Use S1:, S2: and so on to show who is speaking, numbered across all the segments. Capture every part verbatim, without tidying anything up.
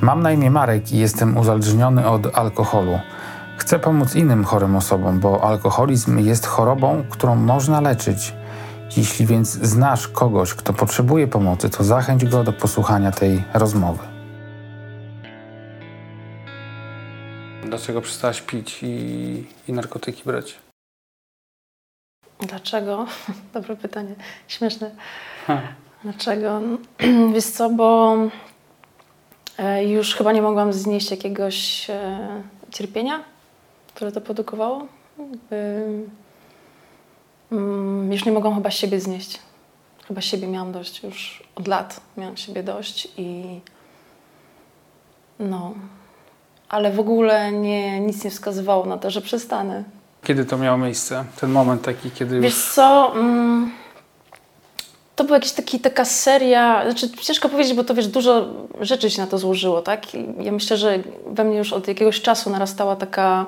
S1: Mam na imię Marek i jestem uzależniony od alkoholu. Chcę pomóc innym chorym osobom, bo alkoholizm jest chorobą, którą można leczyć. Jeśli więc znasz kogoś, kto potrzebuje pomocy, to zachęć go do posłuchania tej rozmowy. Dlaczego przestałaś pić i, i narkotyki brać?
S2: Dlaczego? Dobre pytanie. Śmieszne.
S1: Ha.
S2: Dlaczego? Wiesz co, bo już chyba nie mogłam znieść jakiegoś cierpienia, które to produkowało. Już nie mogłam chyba siebie znieść. Chyba siebie miałam dość już od lat. Miałam siebie dość i no... Ale w ogóle nie, nic nie wskazywało na to, że przestanę.
S1: Kiedy to miało miejsce? Ten moment taki, kiedy już...
S2: Wiesz co, mm, to była jakaś taki, taka seria, znaczy ciężko powiedzieć, bo to wiesz, dużo rzeczy się na to złożyło, tak? I ja myślę, że we mnie już od jakiegoś czasu narastała taka,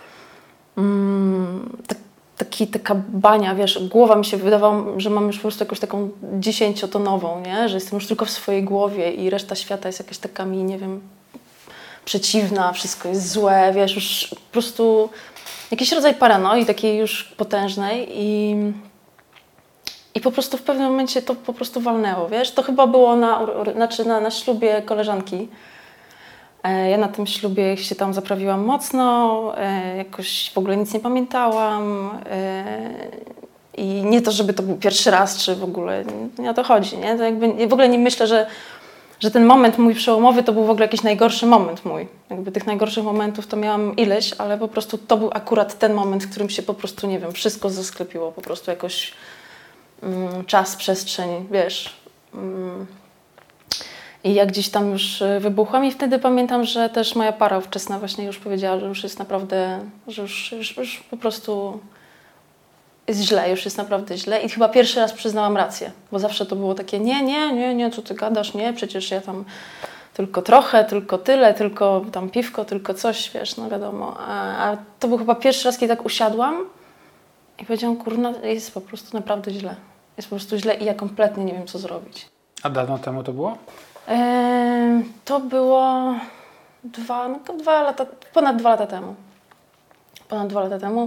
S2: mm, tak, taki, taka bania, wiesz, głowa mi się wydawała, że mam już po prostu jakąś taką dziesięciotonową, nie? Że jestem już tylko w swojej głowie i reszta świata jest jakaś taka mi, nie wiem, przeciwna, wszystko jest złe, wiesz, już po prostu jakiś rodzaj paranoi takiej już potężnej i, i po prostu w pewnym momencie to po prostu walnęło, wiesz. To chyba było na, znaczy na, na ślubie koleżanki. Ja na tym ślubie się tam zaprawiłam mocno, jakoś w ogóle nic nie pamiętałam i nie to, żeby to był pierwszy raz, czy w ogóle, nie o to chodzi, nie? To jakby w ogóle nie myślę, że że ten moment mój przełomowy to był w ogóle jakiś najgorszy moment mój. Jakby tych najgorszych momentów to miałam ileś, ale po prostu to był akurat ten moment, w którym się po prostu, nie wiem, wszystko zasklepiło, po prostu jakoś mm, czas, przestrzeń, wiesz. Mm. I jak gdzieś tam już wybuchłam i wtedy pamiętam, że też moja para ówczesna właśnie już powiedziała, że już jest naprawdę, że już, już, już po prostu jest źle, już jest naprawdę źle i chyba pierwszy raz przyznałam rację, bo zawsze to było takie nie, nie, nie, nie, co ty gadasz, nie, przecież ja tam tylko trochę, tylko tyle, tylko tam piwko, tylko coś, wiesz, no wiadomo, a, a to był chyba pierwszy raz, kiedy tak usiadłam i powiedziałam, kurna, jest po prostu naprawdę źle, jest po prostu źle i ja kompletnie nie wiem, co zrobić.
S1: A dawno temu to było?
S2: Eee, to było dwa, no to dwa lata, ponad dwa lata temu, ponad dwa lata temu.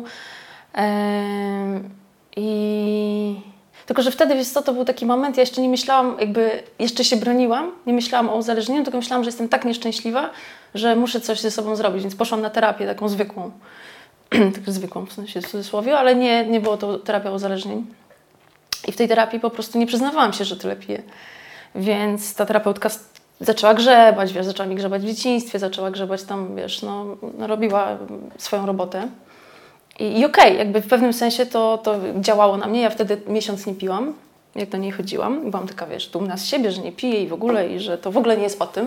S2: I tylko, że wtedy, wiesz co, to był taki moment, ja jeszcze nie myślałam, jakby jeszcze się broniłam, nie myślałam o uzależnieniu, tylko myślałam, że jestem tak nieszczęśliwa, że muszę coś ze sobą zrobić, więc poszłam na terapię taką zwykłą, tak zwykłą w sensie w cudzysłowie, ale nie, nie było to terapia uzależnień. I w tej terapii po prostu nie przyznawałam się, że tyle piję. Więc ta terapeutka zaczęła grzebać, wiesz, zaczęła mi grzebać w dzieciństwie, zaczęła grzebać tam, wiesz, no, robiła swoją robotę. I, i okej, okay, jakby w pewnym sensie to, to działało na mnie. Ja wtedy miesiąc nie piłam, jak do niej chodziłam. Byłam taka, wiesz, dumna z siebie, że nie piję i w ogóle, i że to w ogóle nie jest o tym.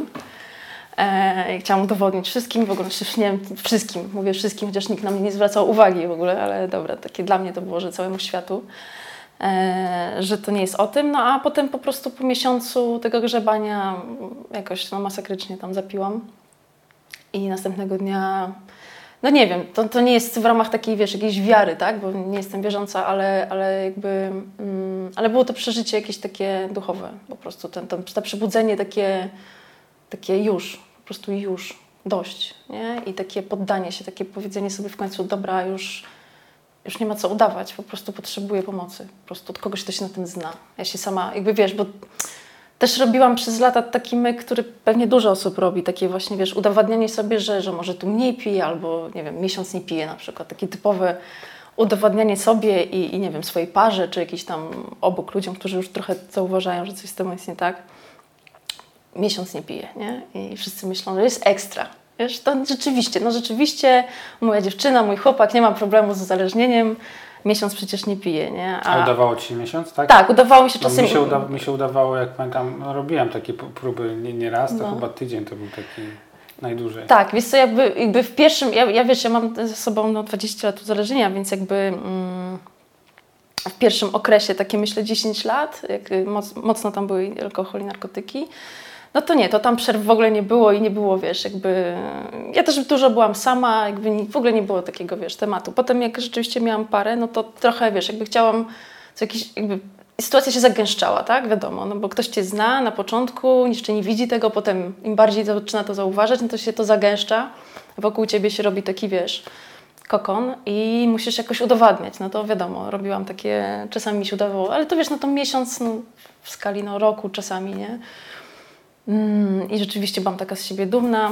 S2: E, chciałam udowodnić wszystkim, w ogóle, nie wiem, wszystkim, mówię wszystkim, chociaż nikt na mnie nie zwracał uwagi w ogóle, ale dobra, takie dla mnie to było, że całemu światu, e, że to nie jest o tym. No a potem po prostu po miesiącu tego grzebania jakoś no, masakrycznie tam zapiłam i następnego dnia... No nie wiem, to, to nie jest w ramach takiej, wiesz, jakiejś wiary, tak, bo nie jestem wierząca, ale, ale jakby, mm, ale było to przeżycie jakieś takie duchowe, po prostu ten, ten, to przebudzenie takie, takie już, po prostu już, dość, nie, i takie poddanie się, takie powiedzenie sobie w końcu, dobra, już, już nie ma co udawać, po prostu potrzebuję pomocy, po prostu od kogoś, kto się na tym zna. Ja się sama, jakby wiesz, bo też robiłam przez lata taki myk, który pewnie dużo osób robi, takie właśnie, wiesz, udowadnianie sobie, że, że może tu mniej piję albo, nie wiem, miesiąc nie piję na przykład. Takie typowe udowadnianie sobie i, i nie wiem, swojej parze, czy jakiś tam obok ludziom, którzy już trochę zauważają, że coś z tym jest nie tak. Miesiąc nie piję, nie? I wszyscy myślą, że jest ekstra. Wiesz, to rzeczywiście, no rzeczywiście moja dziewczyna, mój chłopak, nie ma problemu z uzależnieniem. Miesiąc przecież nie piję, nie?
S1: A, A udawało ci się miesiąc, tak?
S2: Tak, udawało mi się czasem...
S1: No, mi, się uda, mi się udawało, jak pamiętam, no, robiłam takie próby nie, nie raz, to
S2: no.
S1: chyba tydzień to był taki najdłużej.
S2: Tak, wiesz co, jakby, jakby w pierwszym, ja, ja wiesz, ja mam ze sobą no, dwadzieścia lat uzależnienia, więc jakby mm, w pierwszym okresie, takie myślę dziesięć lat, jak moc, mocno tam były alkohol i narkotyki, no to nie, to tam przerw w ogóle nie było i nie było, wiesz, jakby... Ja też dużo byłam sama, jakby nie, w ogóle nie było takiego, wiesz, tematu. Potem jak rzeczywiście miałam parę, no to trochę, wiesz, jakby chciałam co jakiś, jakby sytuacja się zagęszczała, tak? Wiadomo, no bo ktoś cię zna na początku, jeszcze nie widzi tego, potem im bardziej zaczyna to zauważać, no to się to zagęszcza. Wokół ciebie się robi taki, wiesz, kokon i musisz jakoś udowadniać. No to wiadomo, robiłam takie, czasami mi się udawało, ale to wiesz, no to miesiąc, no, w skali no, roku czasami, nie? Mm, I rzeczywiście byłam taka z siebie dumna.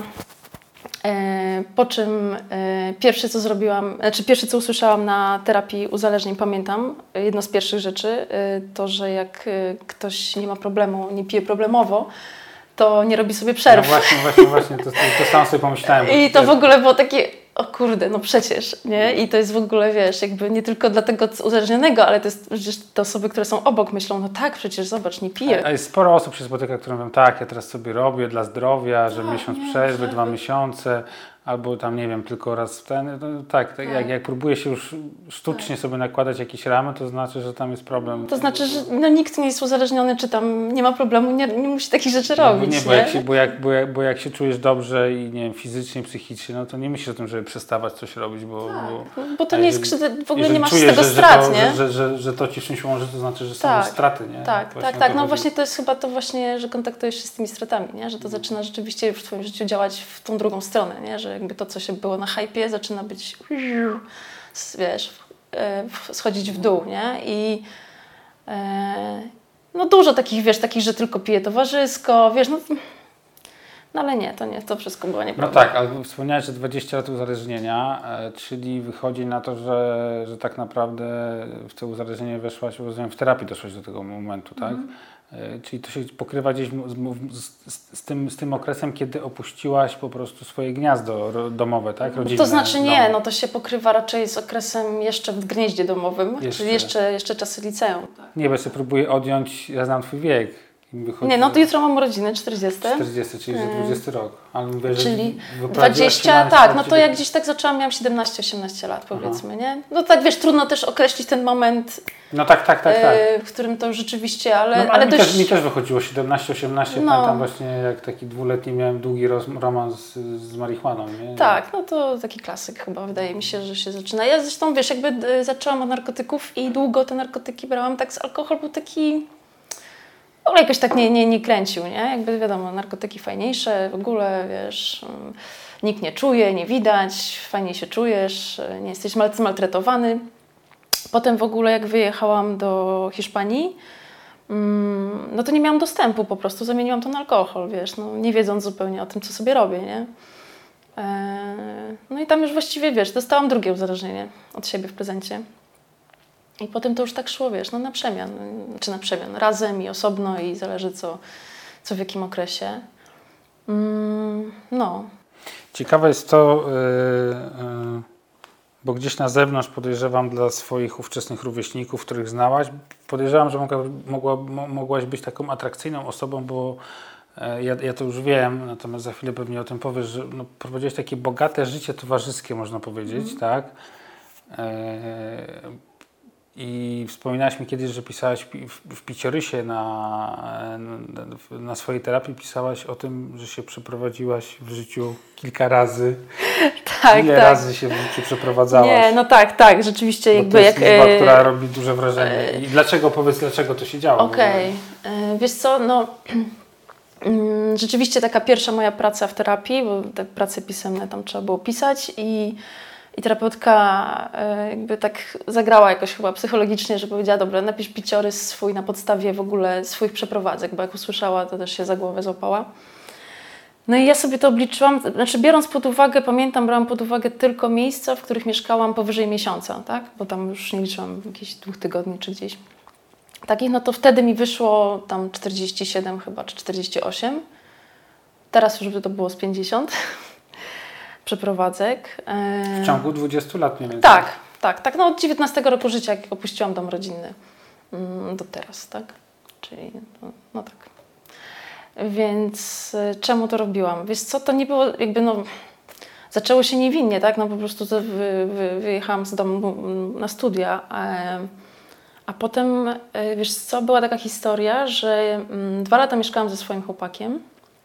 S2: E, po czym e, pierwsze co zrobiłam, znaczy pierwsze co usłyszałam na terapii uzależnień, pamiętam, jedno z pierwszych rzeczy, e, to, że jak e, ktoś nie ma problemu, nie pije problemowo, to nie robi sobie przerw.
S1: No właśnie, właśnie, właśnie, to, to, to sam sobie pomyślałem.
S2: I to w ogóle było takie, o kurde, no przecież, nie? I to jest w ogóle, wiesz, jakby nie tylko dla tego uzależnionego, ale to jest przecież te osoby, które są obok, myślą, no tak, przecież zobacz, nie piję.
S1: A, a jest sporo osób się spotyka, które mówią, tak, ja teraz sobie robię dla zdrowia, że
S2: no,
S1: miesiąc
S2: nie,
S1: przerwy,
S2: przerwy,
S1: dwa miesiące, albo tam, nie wiem, tylko raz w ten, no, tak, tak, Jak, jak próbuje się już sztucznie tak. sobie nakładać jakieś ramy, to znaczy, że tam jest problem.
S2: To znaczy, że no, nikt nie jest uzależniony, czy tam nie ma problemu, nie, nie musi takich rzeczy
S1: no,
S2: robić.
S1: Nie,
S2: nie?
S1: bo, jak się, bo, jak, bo, jak, bo jak się czujesz dobrze i nie wiem, fizycznie, psychicznie, no to nie myślisz o tym, żeby przestawać coś robić, bo...
S2: Tak,
S1: bo,
S2: bo to nie jest krzywda, w ogóle nie masz
S1: czujesz,
S2: z tego
S1: że,
S2: strat,
S1: że to,
S2: nie?
S1: Że, że, że, że to ci w czymś pomoże, to znaczy, że są
S2: tak,
S1: straty, nie?
S2: Tak,
S1: właśnie
S2: tak, tak. No
S1: chodzi.
S2: właśnie to jest chyba to właśnie, że kontaktujesz się z tymi stratami, nie? Że to zaczyna rzeczywiście w twoim życiu działać w tą drugą stronę, nie? Że jakby to, co się było na hypie, zaczyna być, wiesz, schodzić w dół, nie? I e, no dużo takich, wiesz, takich, że tylko piję towarzysko, wiesz, no, no ale nie, to nie, to wszystko było nieprawda.
S1: No tak, ale wspomniałeś, że dwadzieścia lat uzależnienia, e, czyli wychodzi na to, że, że tak naprawdę w to uzależnienie weszłaś, rozumiem, w terapii doszłaś do tego momentu, tak? Mm. E, czyli to się pokrywa gdzieś z, z, z, tym, z tym okresem, kiedy opuściłaś po prostu swoje gniazdo ro, domowe, tak? Rodzinne,
S2: to znaczy nie,
S1: domy.
S2: no to się pokrywa raczej z okresem jeszcze w gnieździe domowym, jeszcze. czyli jeszcze, jeszcze czasy liceum. Tak.
S1: Nie, bo ja sobie próbuję odjąć, ja znam twój wiek. Wychodzi
S2: nie, no to jutro mam urodziny, czterdzieste.
S1: czterdziesty, czyli za dwudziesty rok. Ale mówię,
S2: czyli dwadzieścia, tak, no to jak gdzieś tak zaczęłam, miałam siedemnaście osiemnaście lat, powiedzmy, Aha. nie? No tak, wiesz, trudno też określić ten moment,
S1: no tak, tak, tak, tak.
S2: w którym to już rzeczywiście, ale...
S1: No, ale
S2: ale
S1: mi,
S2: dość...
S1: też, mi też wychodziło siedemnaście osiemnaście,
S2: no.
S1: pamiętam właśnie jak taki dwuletni miałem długi roz, romans z, z marihuaną, nie?
S2: Tak, no to taki klasyk chyba, wydaje mi się, że się zaczyna. Ja zresztą, wiesz, jakby zaczęłam od narkotyków i długo te narkotyki brałam, tak z alkohol był taki... W ogóle jakoś tak nie, nie, nie kręcił, nie? Jakby wiadomo, narkotyki fajniejsze, w ogóle, wiesz, nikt nie czuje, nie widać, fajnie się czujesz, nie jesteś mal- maltretowany. Potem w ogóle jak wyjechałam do Hiszpanii, no to nie miałam dostępu, po prostu zamieniłam to na alkohol, wiesz, no nie wiedząc zupełnie o tym, co sobie robię, nie? No i tam już właściwie, wiesz, dostałam drugie uzależnienie od siebie w prezencie. I potem to już tak szło, wiesz, no na przemian, czy na przemian, razem i osobno i zależy co, co w jakim okresie. Mm, no.
S1: Ciekawe jest to, yy, yy, bo gdzieś na zewnątrz podejrzewam dla swoich ówczesnych rówieśników, których znałaś, podejrzewam, że mogła, mogła, mogłaś być taką atrakcyjną osobą, bo yy, ja, ja to już wiem, natomiast za chwilę pewnie o tym powiesz, że no, prowadziłeś takie bogate życie towarzyskie, można powiedzieć, mm. tak? Yy, I wspominałaś mi kiedyś, że pisałaś w, w Piciorysie na, na, na swojej terapii, pisałaś o tym, że się przeprowadziłaś w życiu kilka razy.
S2: Tak,
S1: Ile
S2: tak.
S1: razy się w życiu przeprowadzałaś?
S2: Nie, no tak, tak, rzeczywiście
S1: Bo
S2: jakby
S1: to jest
S2: jak...
S1: liczba,
S2: e...
S1: która robi duże wrażenie. I dlaczego, powiedz, dlaczego to się działo?
S2: Okej, okay. Wiesz co, no rzeczywiście taka pierwsza moja praca w terapii, bo te prace pisemne tam trzeba było pisać i I terapeutka jakby tak zagrała jakoś chyba psychologicznie, że powiedziała, dobra, napisz piciorys swój na podstawie w ogóle swoich przeprowadzek, bo jak usłyszała, to też się za głowę złapała. No i ja sobie to obliczyłam, znaczy biorąc pod uwagę, pamiętam, brałam pod uwagę tylko miejsca, w których mieszkałam powyżej miesiąca, tak? Bo tam już nie liczyłam jakichś dwóch tygodni czy gdzieś. Takich, no to wtedy mi wyszło tam czterdzieści siedem chyba, czy czterdzieści osiem. Teraz już by to było z pięćdziesiąt. Przeprowadzek.
S1: W ciągu dwudziestu lat mniej więcej.
S2: Tak, tak, tak. No od dziewiętnastego roku życia, jak opuściłam dom rodzinny, do teraz, tak? Czyli, no, no tak. Więc czemu to robiłam? Wiesz co, to nie było jakby, no, zaczęło się niewinnie, tak? No po prostu to wy, wy, wyjechałam z domu na studia, a, a potem, wiesz co, była taka historia, że dwa lata mieszkałam ze swoim chłopakiem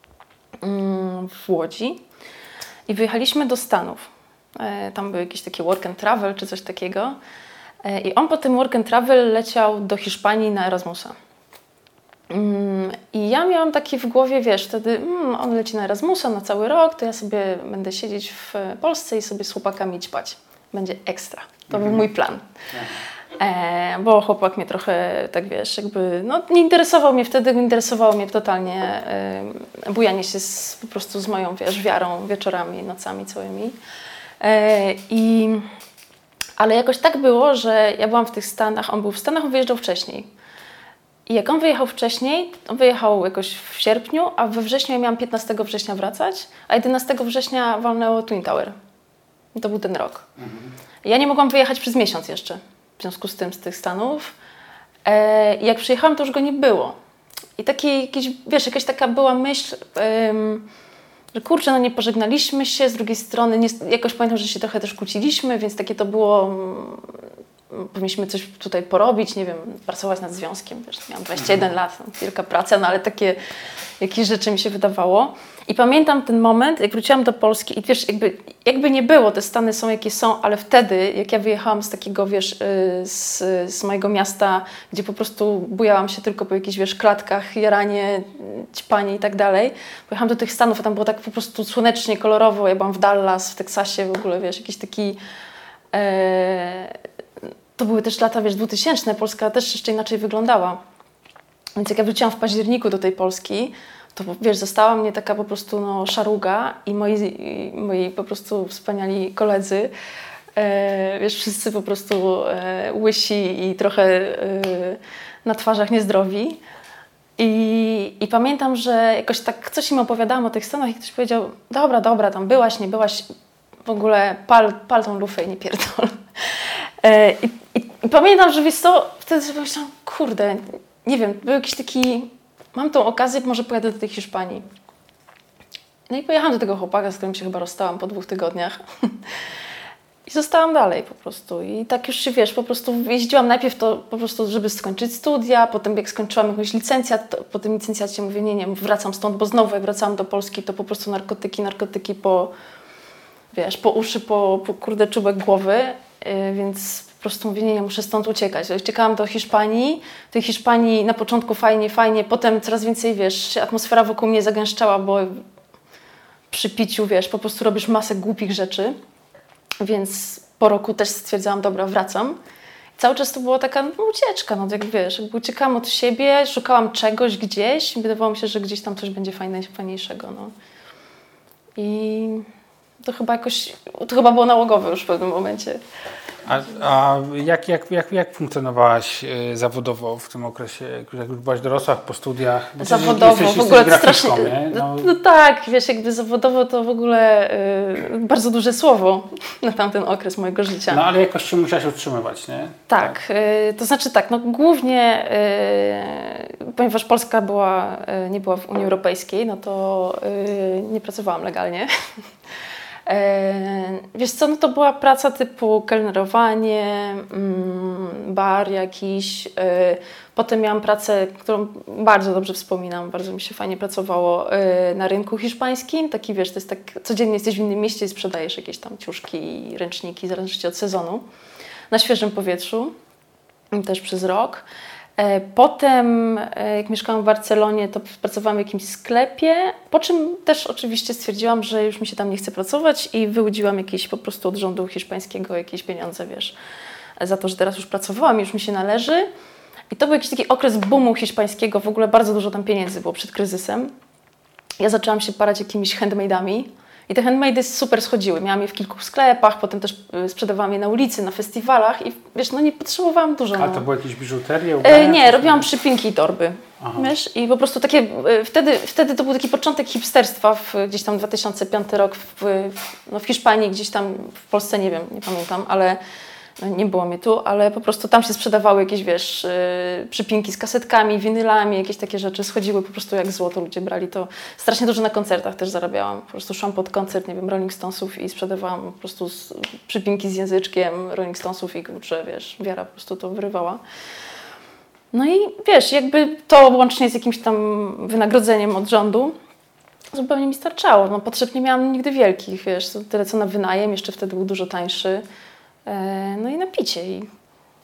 S2: w Łodzi. I wyjechaliśmy do Stanów. Tam były jakieś takie work and travel czy coś takiego. I on po tym work and travel leciał do Hiszpanii na Erasmusa. I ja miałam takie w głowie, wiesz, wtedy mm, on leci na Erasmusa na cały rok, to ja sobie będę siedzieć w Polsce i sobie z chłopakami ćpać. Będzie ekstra. To mhm. był mój plan. E, bo chłopak mnie trochę, tak wiesz, jakby, no nie interesował mnie wtedy, interesowało mnie totalnie e, bujanie się z, po prostu z moją, wiesz, wiarą wieczorami, nocami całymi. E, i, ale jakoś tak było, że ja byłam w tych Stanach, on był w Stanach, on wyjeżdżał wcześniej. I jak on wyjechał wcześniej, on wyjechał jakoś w sierpniu, a we wrześniu ja miałam piętnastego września wracać, a jedenastego września walnęło Twin Tower. I to był ten rok. Mhm. Ja nie mogłam wyjechać przez miesiąc jeszcze, w związku z tym, z tych Stanów. E, I jak przyjechałam, to już go nie było. I taki jakiś, wiesz, jakaś taka była myśl, ym, że kurczę, no nie pożegnaliśmy się, z drugiej strony nie, jakoś pamiętam, że się trochę też kłóciliśmy, więc takie to było... Um, powinniśmy coś tutaj porobić, nie wiem, pracować nad związkiem. Wiesz, miałam dwadzieścia jeden lat, wielka praca, no ale takie jakieś rzeczy mi się wydawało. I pamiętam ten moment, jak wróciłam do Polski i wiesz, jakby, jakby nie było, te Stany są jakie są, ale wtedy, jak ja wyjechałam z takiego, wiesz, z, z mojego miasta, gdzie po prostu bujałam się tylko po jakichś, wiesz, klatkach, jaranie, ćpanie i tak dalej, pojechałam do tych Stanów, a tam było tak po prostu słonecznie, kolorowo, ja byłam w Dallas, w Teksasie w ogóle, wiesz, jakiś taki... E, To były też lata, wiesz, dwutysięczne, Polska też jeszcze inaczej wyglądała. Więc jak ja wróciłam w październiku do tej Polski, to wiesz, została mnie taka po prostu no, szaruga i moi, i moi po prostu wspaniali koledzy, e, wiesz, wszyscy po prostu e, łysi i trochę e, na twarzach niezdrowi. I, I pamiętam, że jakoś tak coś im opowiadałam o tych Stanach i ktoś powiedział, dobra, dobra, tam byłaś, nie byłaś, w ogóle pal, pal tą lufę i nie pierdol. E, i, i, I pamiętam, że wiesz co, wtedy sobie myślałam, kurde, nie wiem, był jakiś taki, mam tą okazję, może pojadę do tej Hiszpanii. No i pojechałam do tego chłopaka, z którym się chyba rozstałam po dwóch tygodniach. I zostałam dalej po prostu. I tak już się, wiesz, po prostu jeździłam najpierw to po prostu, żeby skończyć studia, potem jak skończyłam jakąś licencjat, to po tym licencjacie mówię, nie, nie, wracam stąd, bo znowu jak wracałam do Polski, to po prostu narkotyki, narkotyki po, wiesz, po uszy, po, po kurde czubek głowy, yy, więc po prostu mówię, nie, nie, muszę stąd uciekać. Uciekałam do Hiszpanii, w tej Hiszpanii na początku fajnie, fajnie, potem coraz więcej, wiesz, atmosfera wokół mnie zagęszczała, bo przy piciu, wiesz, po prostu robisz masę głupich rzeczy. Więc po roku też stwierdzałam, dobra, wracam. I cały czas to była taka no, ucieczka, no jak wiesz, jakby uciekałam od siebie, szukałam czegoś gdzieś i wydawało mi się, że gdzieś tam coś będzie fajne, fajniejszego, no. I to chyba jakoś, to chyba było nałogowe już w pewnym momencie.
S1: A, a jak, jak, jak, jak funkcjonowałaś y, zawodowo w tym okresie, jak już byłaś dorosła po studiach? Bo
S2: zawodowo,
S1: jesteś,
S2: w ogóle
S1: jesteś
S2: strasznie,
S1: no.
S2: No, no tak, wiesz, jakby zawodowo to w ogóle y, bardzo duże słowo na tamten okres mojego życia.
S1: No ale jakoś się musiałaś utrzymywać, nie?
S2: Tak, tak. Y, to znaczy tak, no głównie, y, ponieważ Polska była, y, nie była w Unii Europejskiej, no to y, nie pracowałam legalnie. Wiesz co, no to była praca typu kelnerowanie, bar jakiś. Potem miałam pracę, którą bardzo dobrze wspominam, bardzo mi się fajnie pracowało na rynku hiszpańskim. Taki wiesz, to jest tak, codziennie jesteś w innym mieście i sprzedajesz jakieś tam ciuszki i ręczniki, w zależności od sezonu. Na świeżym powietrzu, też przez rok. Potem, jak mieszkałam w Barcelonie, to pracowałam w jakimś sklepie, po czym też oczywiście stwierdziłam, że już mi się tam nie chce pracować i wyłudziłam jakieś po prostu od rządu hiszpańskiego jakieś pieniądze, wiesz, za to, że teraz już pracowałam, już mi się należy. I to był jakiś taki okres boomu hiszpańskiego, w ogóle bardzo dużo tam pieniędzy było przed kryzysem. Ja zaczęłam się parać jakimiś handmade'ami. I te handmade'y super schodziły. Miałam je w kilku sklepach, potem też sprzedawałam je na ulicy, na festiwalach i wiesz, no nie potrzebowałam dużo.
S1: A
S2: no.
S1: to były jakieś biżuterie?
S2: E, nie, robiłam przypinki i torby. Wiesz? I po prostu takie, wtedy, wtedy to był taki początek hipsterstwa, w, gdzieś tam dwa tysiące piąty rok w, no w Hiszpanii, gdzieś tam w Polsce, nie wiem, nie pamiętam, ale no nie było mnie tu, ale po prostu tam się sprzedawały jakieś, wiesz, yy, przypinki z kasetkami, winylami, jakieś takie rzeczy, schodziły po prostu jak złoto, ludzie brali to. Strasznie dużo na koncertach też zarabiałam. Po prostu szłam pod koncert, nie wiem, Rolling Stonesów i sprzedawałam po prostu z, przypinki z języczkiem Rolling Stonesów i kurczę, wiesz, wiara po prostu to wyrywała. No i wiesz, jakby to łącznie z jakimś tam wynagrodzeniem od rządu zupełnie mi starczało. No, potrzeb nie miałam nigdy wielkich, wiesz, tyle co na wynajem, jeszcze wtedy był dużo tańszy. No i na picie. I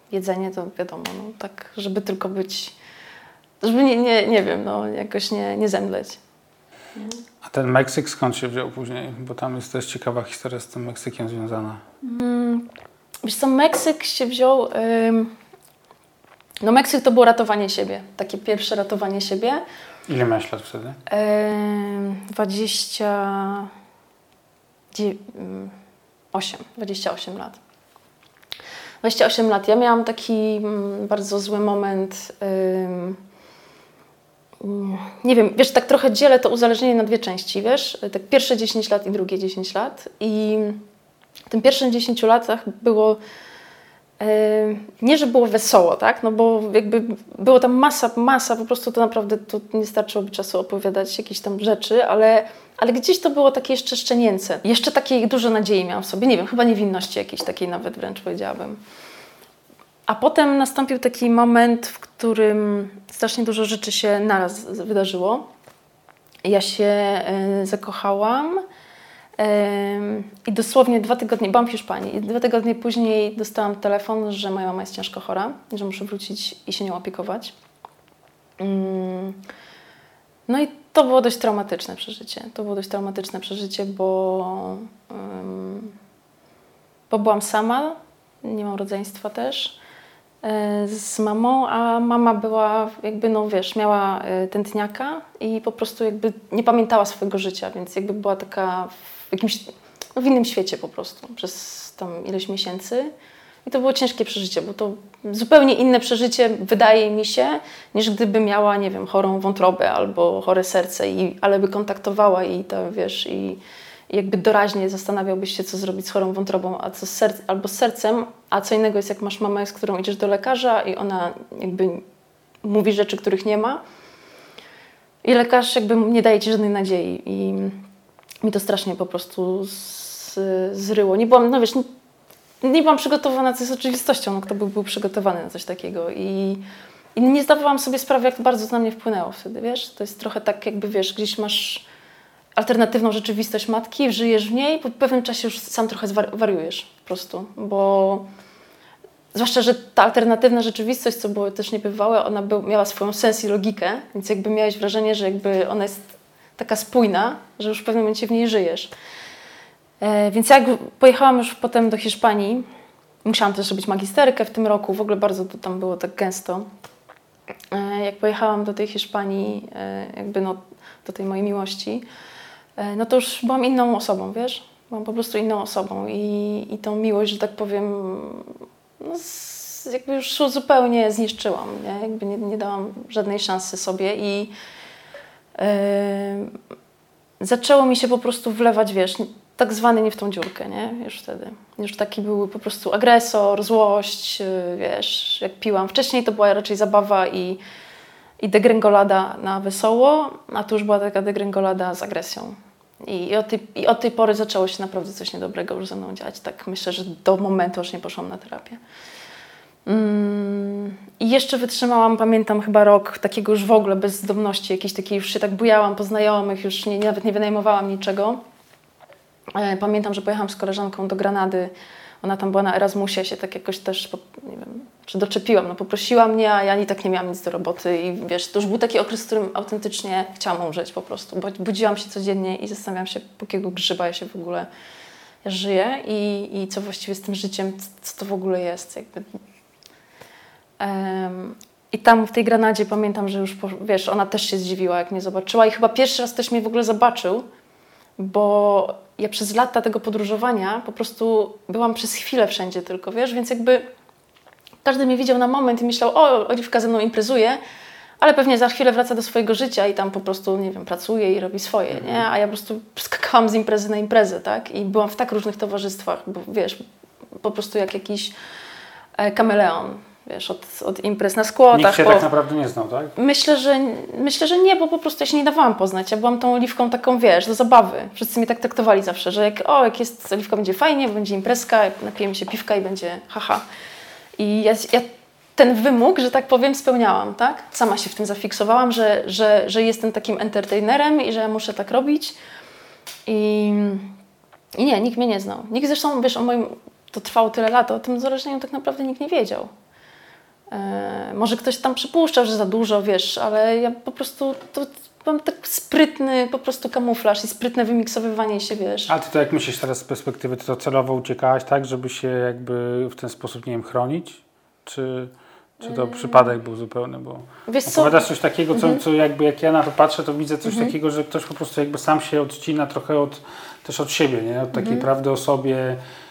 S2: jedzenie to wiadomo, no, tak, żeby tylko być, żeby nie, nie, nie wiem, no, jakoś nie, nie zemdleć. Nie?
S1: A ten Meksyk skąd się wziął później? Bo tam jest też ciekawa historia z tym Meksykiem związana.
S2: Hmm, wiesz co, Meksyk się wziął... Ym, no Meksyk to było ratowanie siebie, takie pierwsze ratowanie siebie.
S1: Ile miałeś lat wtedy?
S2: dwadzieścia osiem, dwadzieścia osiem lat. dwadzieścia osiem lat. Ja miałam taki bardzo zły moment. Nie wiem, wiesz, tak trochę dzielę to uzależnienie na dwie części, wiesz? Tak pierwsze dziesięć lat i drugie dziesięć lat. I w tym pierwszym dziesięciu latach było nie, że było wesoło, tak? No bo jakby było tam masa, masa, po prostu to naprawdę to nie starczyłoby czasu opowiadać jakieś tam rzeczy, ale, ale gdzieś to było takie jeszcze szczenięce. Jeszcze takiej dużo nadziei miałam w sobie, nie wiem, chyba niewinności jakiejś takiej nawet wręcz powiedziałabym. A potem nastąpił taki moment, w którym strasznie dużo rzeczy się naraz wydarzyło. Ja się y, zakochałam. I dosłownie dwa tygodnie, byłam w Hiszpanii i dwa tygodnie później dostałam telefon, że moja mama jest ciężko chora, że muszę wrócić i się nią opiekować. No i to było dość traumatyczne przeżycie. To było dość traumatyczne przeżycie, bo, bo byłam sama, nie mam rodzeństwa też, z mamą, a mama była jakby, no wiesz, miała tętniaka i po prostu jakby nie pamiętała swojego życia, więc jakby była taka w jakimś, no w innym świecie po prostu przez tam ileś miesięcy. I to było ciężkie przeżycie, bo to zupełnie inne przeżycie, wydaje mi się, niż gdyby miała, nie wiem, chorą wątrobę albo chore serce, i, ale by kontaktowała i to, wiesz, i, i jakby doraźnie zastanawiałbyś się, co zrobić z chorą wątrobą, a co z serc- albo z sercem, a co innego jest, jak masz mamę, z którą idziesz do lekarza i ona jakby mówi rzeczy, których nie ma i lekarz jakby nie daje ci żadnej nadziei i mi to strasznie po prostu z, zryło. Nie byłam, no wiesz, nie, nie byłam przygotowana, co jest oczywistością, no kto by był przygotowany na coś takiego i, i nie zdawałam sobie sprawy, jak to bardzo na mnie wpłynęło wtedy, wiesz, to jest trochę tak jakby, wiesz, gdzieś masz alternatywną rzeczywistość matki, żyjesz w niej, po pewnym czasie już sam trochę zwar- wariujesz po prostu, bo zwłaszcza, że ta alternatywna rzeczywistość, co było też niebywałe, ona był, miała swoją sens i logikę, więc jakby miałeś wrażenie, że jakby ona jest taka spójna, że już w pewnym momencie w niej żyjesz. E, więc jak pojechałam już potem do Hiszpanii, musiałam też robić magisterkę w tym roku, w ogóle bardzo to tam było tak gęsto. E, jak pojechałam do tej Hiszpanii, e, jakby no, do tej mojej miłości, e, no to już byłam inną osobą, wiesz? Byłam po prostu inną osobą i, i tą miłość, że tak powiem, no, z, jakby już zupełnie zniszczyłam, nie? Jakby nie, nie dałam żadnej szansy sobie i Yy, zaczęło mi się po prostu wlewać, wiesz, tak zwany nie w tą dziurkę, nie? Już wtedy. Już taki był po prostu agresor, złość, yy, wiesz, jak piłam. Wcześniej to była raczej zabawa i, i degrengolada na wesoło, a tu już była taka degrengolada z agresją. I, i, od tej, I od tej pory zaczęło się naprawdę coś niedobrego już ze mną dziać. Tak myślę, że do momentu aż nie poszłam na terapię. I jeszcze wytrzymałam, pamiętam, chyba rok takiego już w ogóle bezdomności, jakiejś takiej, już się tak bujałam po znajomych, już nie, nawet nie wynajmowałam niczego. Pamiętam, że pojechałam z koleżanką do Granady, ona tam była na Erasmusie, się tak jakoś też, nie wiem, czy doczepiłam, no poprosiła mnie, a ja i tak nie miałam nic do roboty i wiesz, to już był taki okres, w którym autentycznie chciałam umrzeć po prostu, bo budziłam się codziennie i zastanawiałam się, po jakiego grzyba ja się w ogóle ja żyję i, i co właściwie z tym życiem, co to w ogóle jest, jakby. Um, I tam w tej Granadzie pamiętam, że już, wiesz, ona też się zdziwiła, jak mnie zobaczyła i chyba pierwszy raz ktoś mnie w ogóle zobaczył, bo ja przez lata tego podróżowania po prostu byłam przez chwilę wszędzie tylko, wiesz, więc jakby każdy mnie widział na moment i myślał, o, Oliwka ze mną imprezuje, ale pewnie za chwilę wraca do swojego życia i tam po prostu, nie wiem, pracuje i robi swoje, nie? A ja po prostu skakałam z imprezy na imprezę, tak? I byłam w tak różnych towarzystwach, bo wiesz, po prostu jak jakiś e, kameleon. Wiesz, od, od imprez na skłotach.
S1: Nikt się
S2: bo
S1: tak naprawdę nie znał, tak?
S2: Myślę, że, myślę, że nie, bo po prostu ja się nie dawałam poznać. Ja byłam tą Oliwką taką, wiesz, do zabawy. Wszyscy mnie tak traktowali zawsze, że jak, o, jak jest Oliwka, będzie fajnie, będzie imprezka, napijemy się piwka i będzie haha. I ja, ja ten wymóg, że tak powiem, spełniałam, tak? Sama się w tym zafiksowałam, że, że, że jestem takim entertainerem i że ja muszę tak robić. I, i nie, nikt mnie nie znał. Nikt zresztą, wiesz, o moim, to trwało tyle lat, o tym uzależnieniu tak naprawdę nikt nie wiedział. E, może ktoś tam przypuszczał, że za dużo, wiesz, ale ja po prostu to mam tak sprytny po prostu kamuflaż i sprytne wymiksowywanie się, wiesz.
S3: A ty to jak myślisz teraz z perspektywy, ty to celowo uciekałaś, tak, żeby się jakby w ten sposób, nie wiem, chronić? Czy, czy to hmm. przypadek był zupełny? Bo opowiadasz coś takiego, co, mhm. co jakby jak ja na to patrzę, to widzę coś mhm. takiego, że ktoś po prostu jakby sam się odcina trochę od, też od siebie, nie? Od takiej mhm. prawdy o sobie,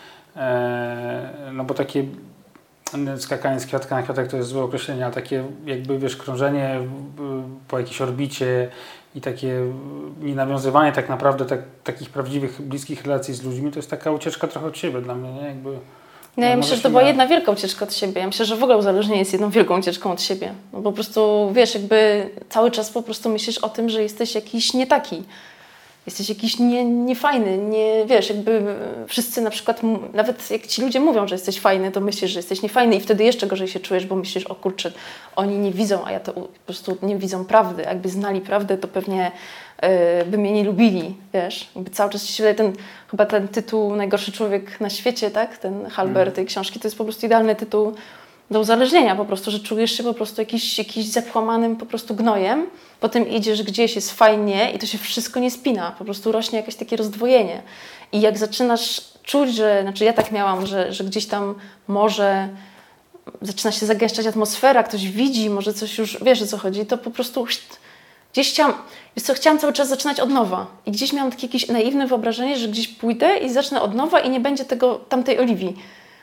S3: e, no bo takie skakanie z kwiatka na kwiatek to jest złe określenie, a takie jakby, wiesz, krążenie po jakiejś orbicie i takie nienawiązywanie tak naprawdę tak, takich prawdziwych, bliskich relacji z ludźmi, to jest taka ucieczka trochę od siebie dla mnie, nie? Jakby,
S2: no ja myślę, że to była jedna wielka ucieczka od siebie. Ja myślę, że w ogóle uzależnienie jest jedną wielką ucieczką od siebie. No po prostu, wiesz, jakby cały czas po prostu myślisz o tym, że jesteś jakiś nie taki. Jesteś jakiś nie, niefajny, nie, wiesz, jakby wszyscy na przykład, nawet jak ci ludzie mówią, że jesteś fajny, to myślisz, że jesteś niefajny i wtedy jeszcze gorzej się czujesz, bo myślisz, o kurczę, oni nie widzą, a ja to po prostu nie widzą prawdy. Jakby znali prawdę, to pewnie yy, by mnie nie lubili, wiesz. Jakby cały czas się wydaje, ten, chyba ten tytuł Najgorszy człowiek na świecie, tak, ten Halber tej książki, to jest po prostu idealny tytuł do uzależnienia po prostu, że czujesz się po prostu jakiś, jakiś zakłamanym po prostu gnojem, potem idziesz gdzieś, jest fajnie i to się wszystko nie spina, po prostu rośnie jakieś takie rozdwojenie. I jak zaczynasz czuć, że, znaczy ja tak miałam, że, że gdzieś tam może zaczyna się zagęszczać atmosfera, ktoś widzi, może coś już, wiesz o co chodzi, to po prostu gdzieś chciałam, wiesz co, chciałam cały czas zaczynać od nowa. I gdzieś miałam takie jakieś naiwne wyobrażenie, że gdzieś pójdę i zacznę od nowa i nie będzie tego, tamtej Oliwii.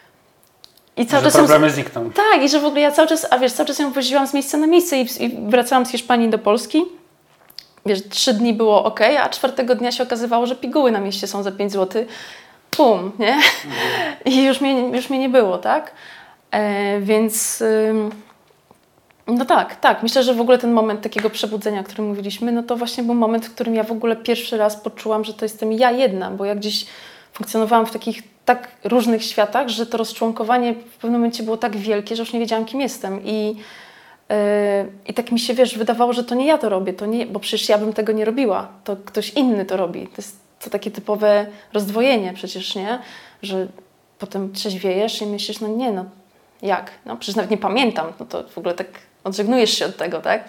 S2: I cały
S3: że
S2: czas
S3: problemy
S2: ją,
S3: znikną.
S2: Tak, i że w ogóle ja cały czas, a wiesz, cały czas ją woziłam z miejsca na miejsce i, i wracałam z Hiszpanii do Polski. Wiesz, trzy dni było ok, a czwartego dnia się okazywało, że piguły na mieście są za pięć złotych. Pum, nie? Mhm. I już mnie, już mnie nie było, tak? E, więc ym, no tak, tak. Myślę, że w ogóle ten moment takiego przebudzenia, o którym mówiliśmy, no to właśnie był moment, w którym ja w ogóle pierwszy raz poczułam, że to jestem ja jedna, bo ja gdzieś funkcjonowałam w takich tak różnych światach, że to rozczłonkowanie w pewnym momencie było tak wielkie, że już nie wiedziałam, kim jestem. I, yy, i tak mi się, wiesz, wydawało, że to nie ja to robię, to nie, bo przecież ja bym tego nie robiła, to ktoś inny to robi. To jest to takie typowe rozdwojenie przecież, nie? Że potem trzeźwiejesz i myślisz, no nie, no jak? No przecież nawet nie pamiętam, no to w ogóle tak odżegnujesz się od tego, tak?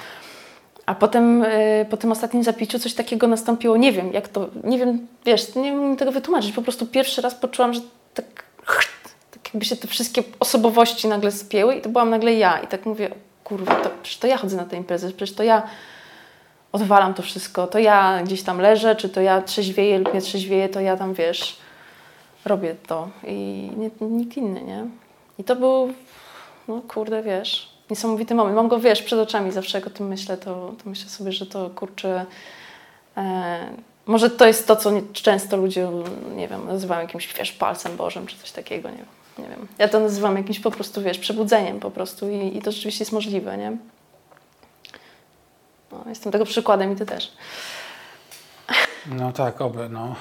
S2: A potem yy, po tym ostatnim zapiciu coś takiego nastąpiło, nie wiem jak to, nie wiem, wiesz, nie wiem tego wytłumaczyć, po prostu pierwszy raz poczułam, że tak, tak jakby się te wszystkie osobowości nagle spięły i to byłam nagle ja i tak mówię, kurwa, to, przecież to ja chodzę na tę imprezę, przecież to ja odwalam to wszystko, to ja gdzieś tam leżę, czy to ja trzeźwieję lub nie trzeźwieję, to ja tam, wiesz, robię to i nie, nikt inny, nie? I to był, no kurde, wiesz, niesamowity moment. Mam go, wiesz, przed oczami zawsze, jak o tym myślę, to, to myślę sobie, że to, kurczę, e, może to jest to, co nie, często ludzie, nie wiem, nazywają jakimś, wiesz, palcem Bożym, czy coś takiego, nie wiem, nie wiem. Ja to nazywam jakimś po prostu, wiesz, przebudzeniem po prostu i, i to rzeczywiście jest możliwe, nie? No, jestem tego przykładem i ty też.
S3: No tak, oby, no.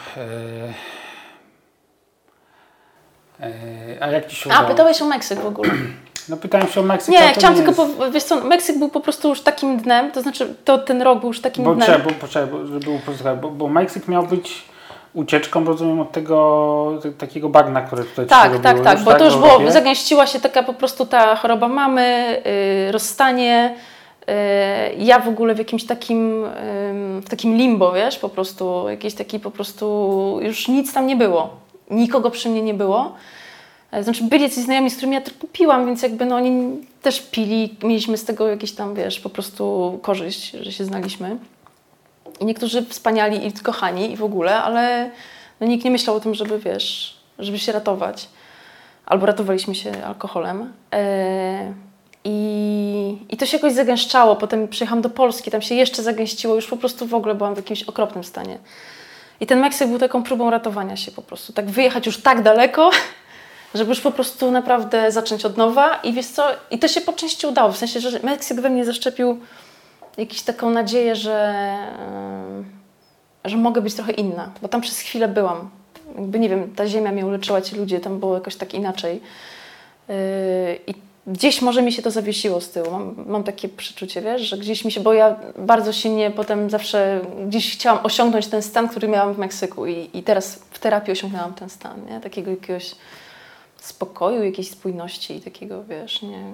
S3: E, e, a jak ci się udało?
S2: A, pytałeś o Meksyk w ogóle.
S3: No pytałem się o Meksyk.
S2: Nie, chciałam nie tylko, po, wiesz co, Meksyk był po prostu już takim dnem, to znaczy to ten rok był już takim
S3: bo
S2: dnem.
S3: Trzeba, bo, poczekaj, bo, żeby było prosto, bo, bo Meksyk miał być ucieczką, rozumiem, od tego t- takiego bagna, które tutaj
S2: tak,
S3: się
S2: tak,
S3: robiło.
S2: Tak,
S3: już,
S2: bo
S3: tak,
S2: to już
S3: w
S2: było,
S3: Europie?
S2: zagęściła się taka po prostu ta choroba mamy, yy, rozstanie, yy, ja w ogóle w jakimś takim, yy, w takim limbo, wiesz, po prostu, jakiś taki po prostu, już nic tam nie było, nikogo przy mnie nie było. Znaczy byli jacyś znajomi, z którymi ja tylko piłam, więc jakby no oni też pili, mieliśmy z tego jakieś tam, wiesz, po prostu korzyść, że się znaliśmy. I niektórzy wspaniali i kochani i w ogóle, ale no nikt nie myślał o tym, żeby, wiesz, żeby się ratować. Albo ratowaliśmy się alkoholem. Eee, i, I to się jakoś zagęszczało. Potem przyjechałam do Polski, tam się jeszcze zagęściło, już po prostu w ogóle byłam w jakimś okropnym stanie. I ten Meksyk był taką próbą ratowania się po prostu. Tak wyjechać już tak daleko, żeby już po prostu naprawdę zacząć od nowa i wiesz co, i to się po części udało, w sensie, że Meksyk we mnie zaszczepił jakąś taką nadzieję, że, yy, że mogę być trochę inna, bo tam przez chwilę byłam, jakby nie wiem, ta ziemia mnie uleczyła, ci ludzie, tam było jakoś tak inaczej yy, i gdzieś może mi się to zawiesiło z tyłu, mam, mam takie przeczucie, wiesz, że gdzieś mi się, bo ja bardzo silnie potem zawsze gdzieś chciałam osiągnąć ten stan, który miałam w Meksyku i, i teraz w terapii osiągnęłam ten stan, nie? Takiego jakiegoś spokoju, jakiejś spójności i takiego, wiesz, nie,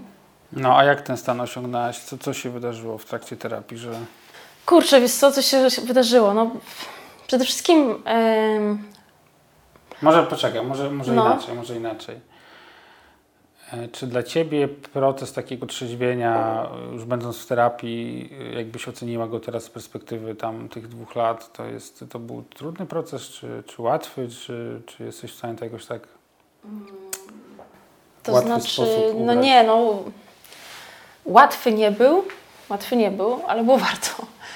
S3: No a jak ten stan osiągnęłaś? Co, co się wydarzyło w trakcie terapii, że...
S2: Kurczę, wiesz co, co się wydarzyło? No, przede wszystkim... Yy...
S3: Może poczekaj, może, może
S2: no.
S3: inaczej, może inaczej. E, czy dla Ciebie proces takiego trzeźwienia, już będąc w terapii, jakbyś oceniła go teraz z perspektywy tam tych dwóch lat, to jest, to był trudny proces, czy, czy łatwy, czy, czy jesteś w stanie to jakoś tak
S2: to
S3: łatwy
S2: znaczy,
S3: sposób ubrać?
S2: No nie, no łatwy nie był, łatwy nie był, ale było warto.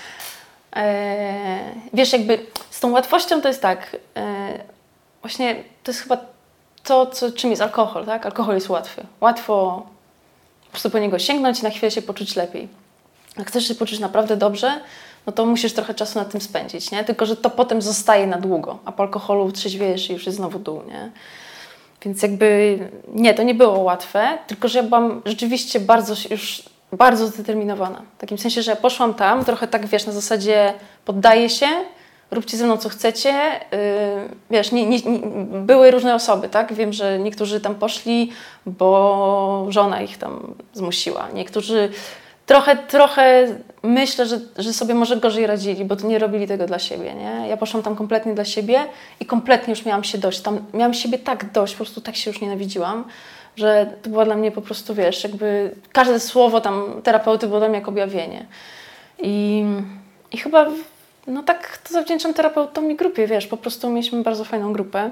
S2: E, wiesz, jakby z tą łatwością to jest tak, e, właśnie to jest chyba to, co, czym jest alkohol, tak? Alkohol jest łatwy. Łatwo po prostu po niego sięgnąć i na chwilę się poczuć lepiej. Jak chcesz się poczuć naprawdę dobrze, no to musisz trochę czasu nad tym spędzić, nie? Tylko że to potem zostaje na długo, a po alkoholu trzeźwiejesz i już jest znowu dół, nie? Więc jakby nie, to nie było łatwe, tylko że ja byłam rzeczywiście bardzo już bardzo zdeterminowana. W takim sensie, że ja poszłam tam, trochę tak, wiesz, na zasadzie poddaję się, róbcie ze mną co chcecie. Yy, wiesz, nie, nie, nie, były różne osoby, tak? Wiem, że niektórzy tam poszli, bo żona ich tam zmusiła. Niektórzy trochę, trochę myślę, że, że sobie może gorzej radzili, bo to nie robili tego dla siebie, nie? Ja poszłam tam kompletnie dla siebie i kompletnie już miałam się dość. Tam miałam siebie tak dość, po prostu tak się już nienawidziłam, że to było dla mnie po prostu, wiesz, jakby każde słowo tam terapeuty było dla mnie jak objawienie. I, i chyba... No tak to zawdzięczam terapeutom i grupie, wiesz, po prostu mieliśmy bardzo fajną grupę.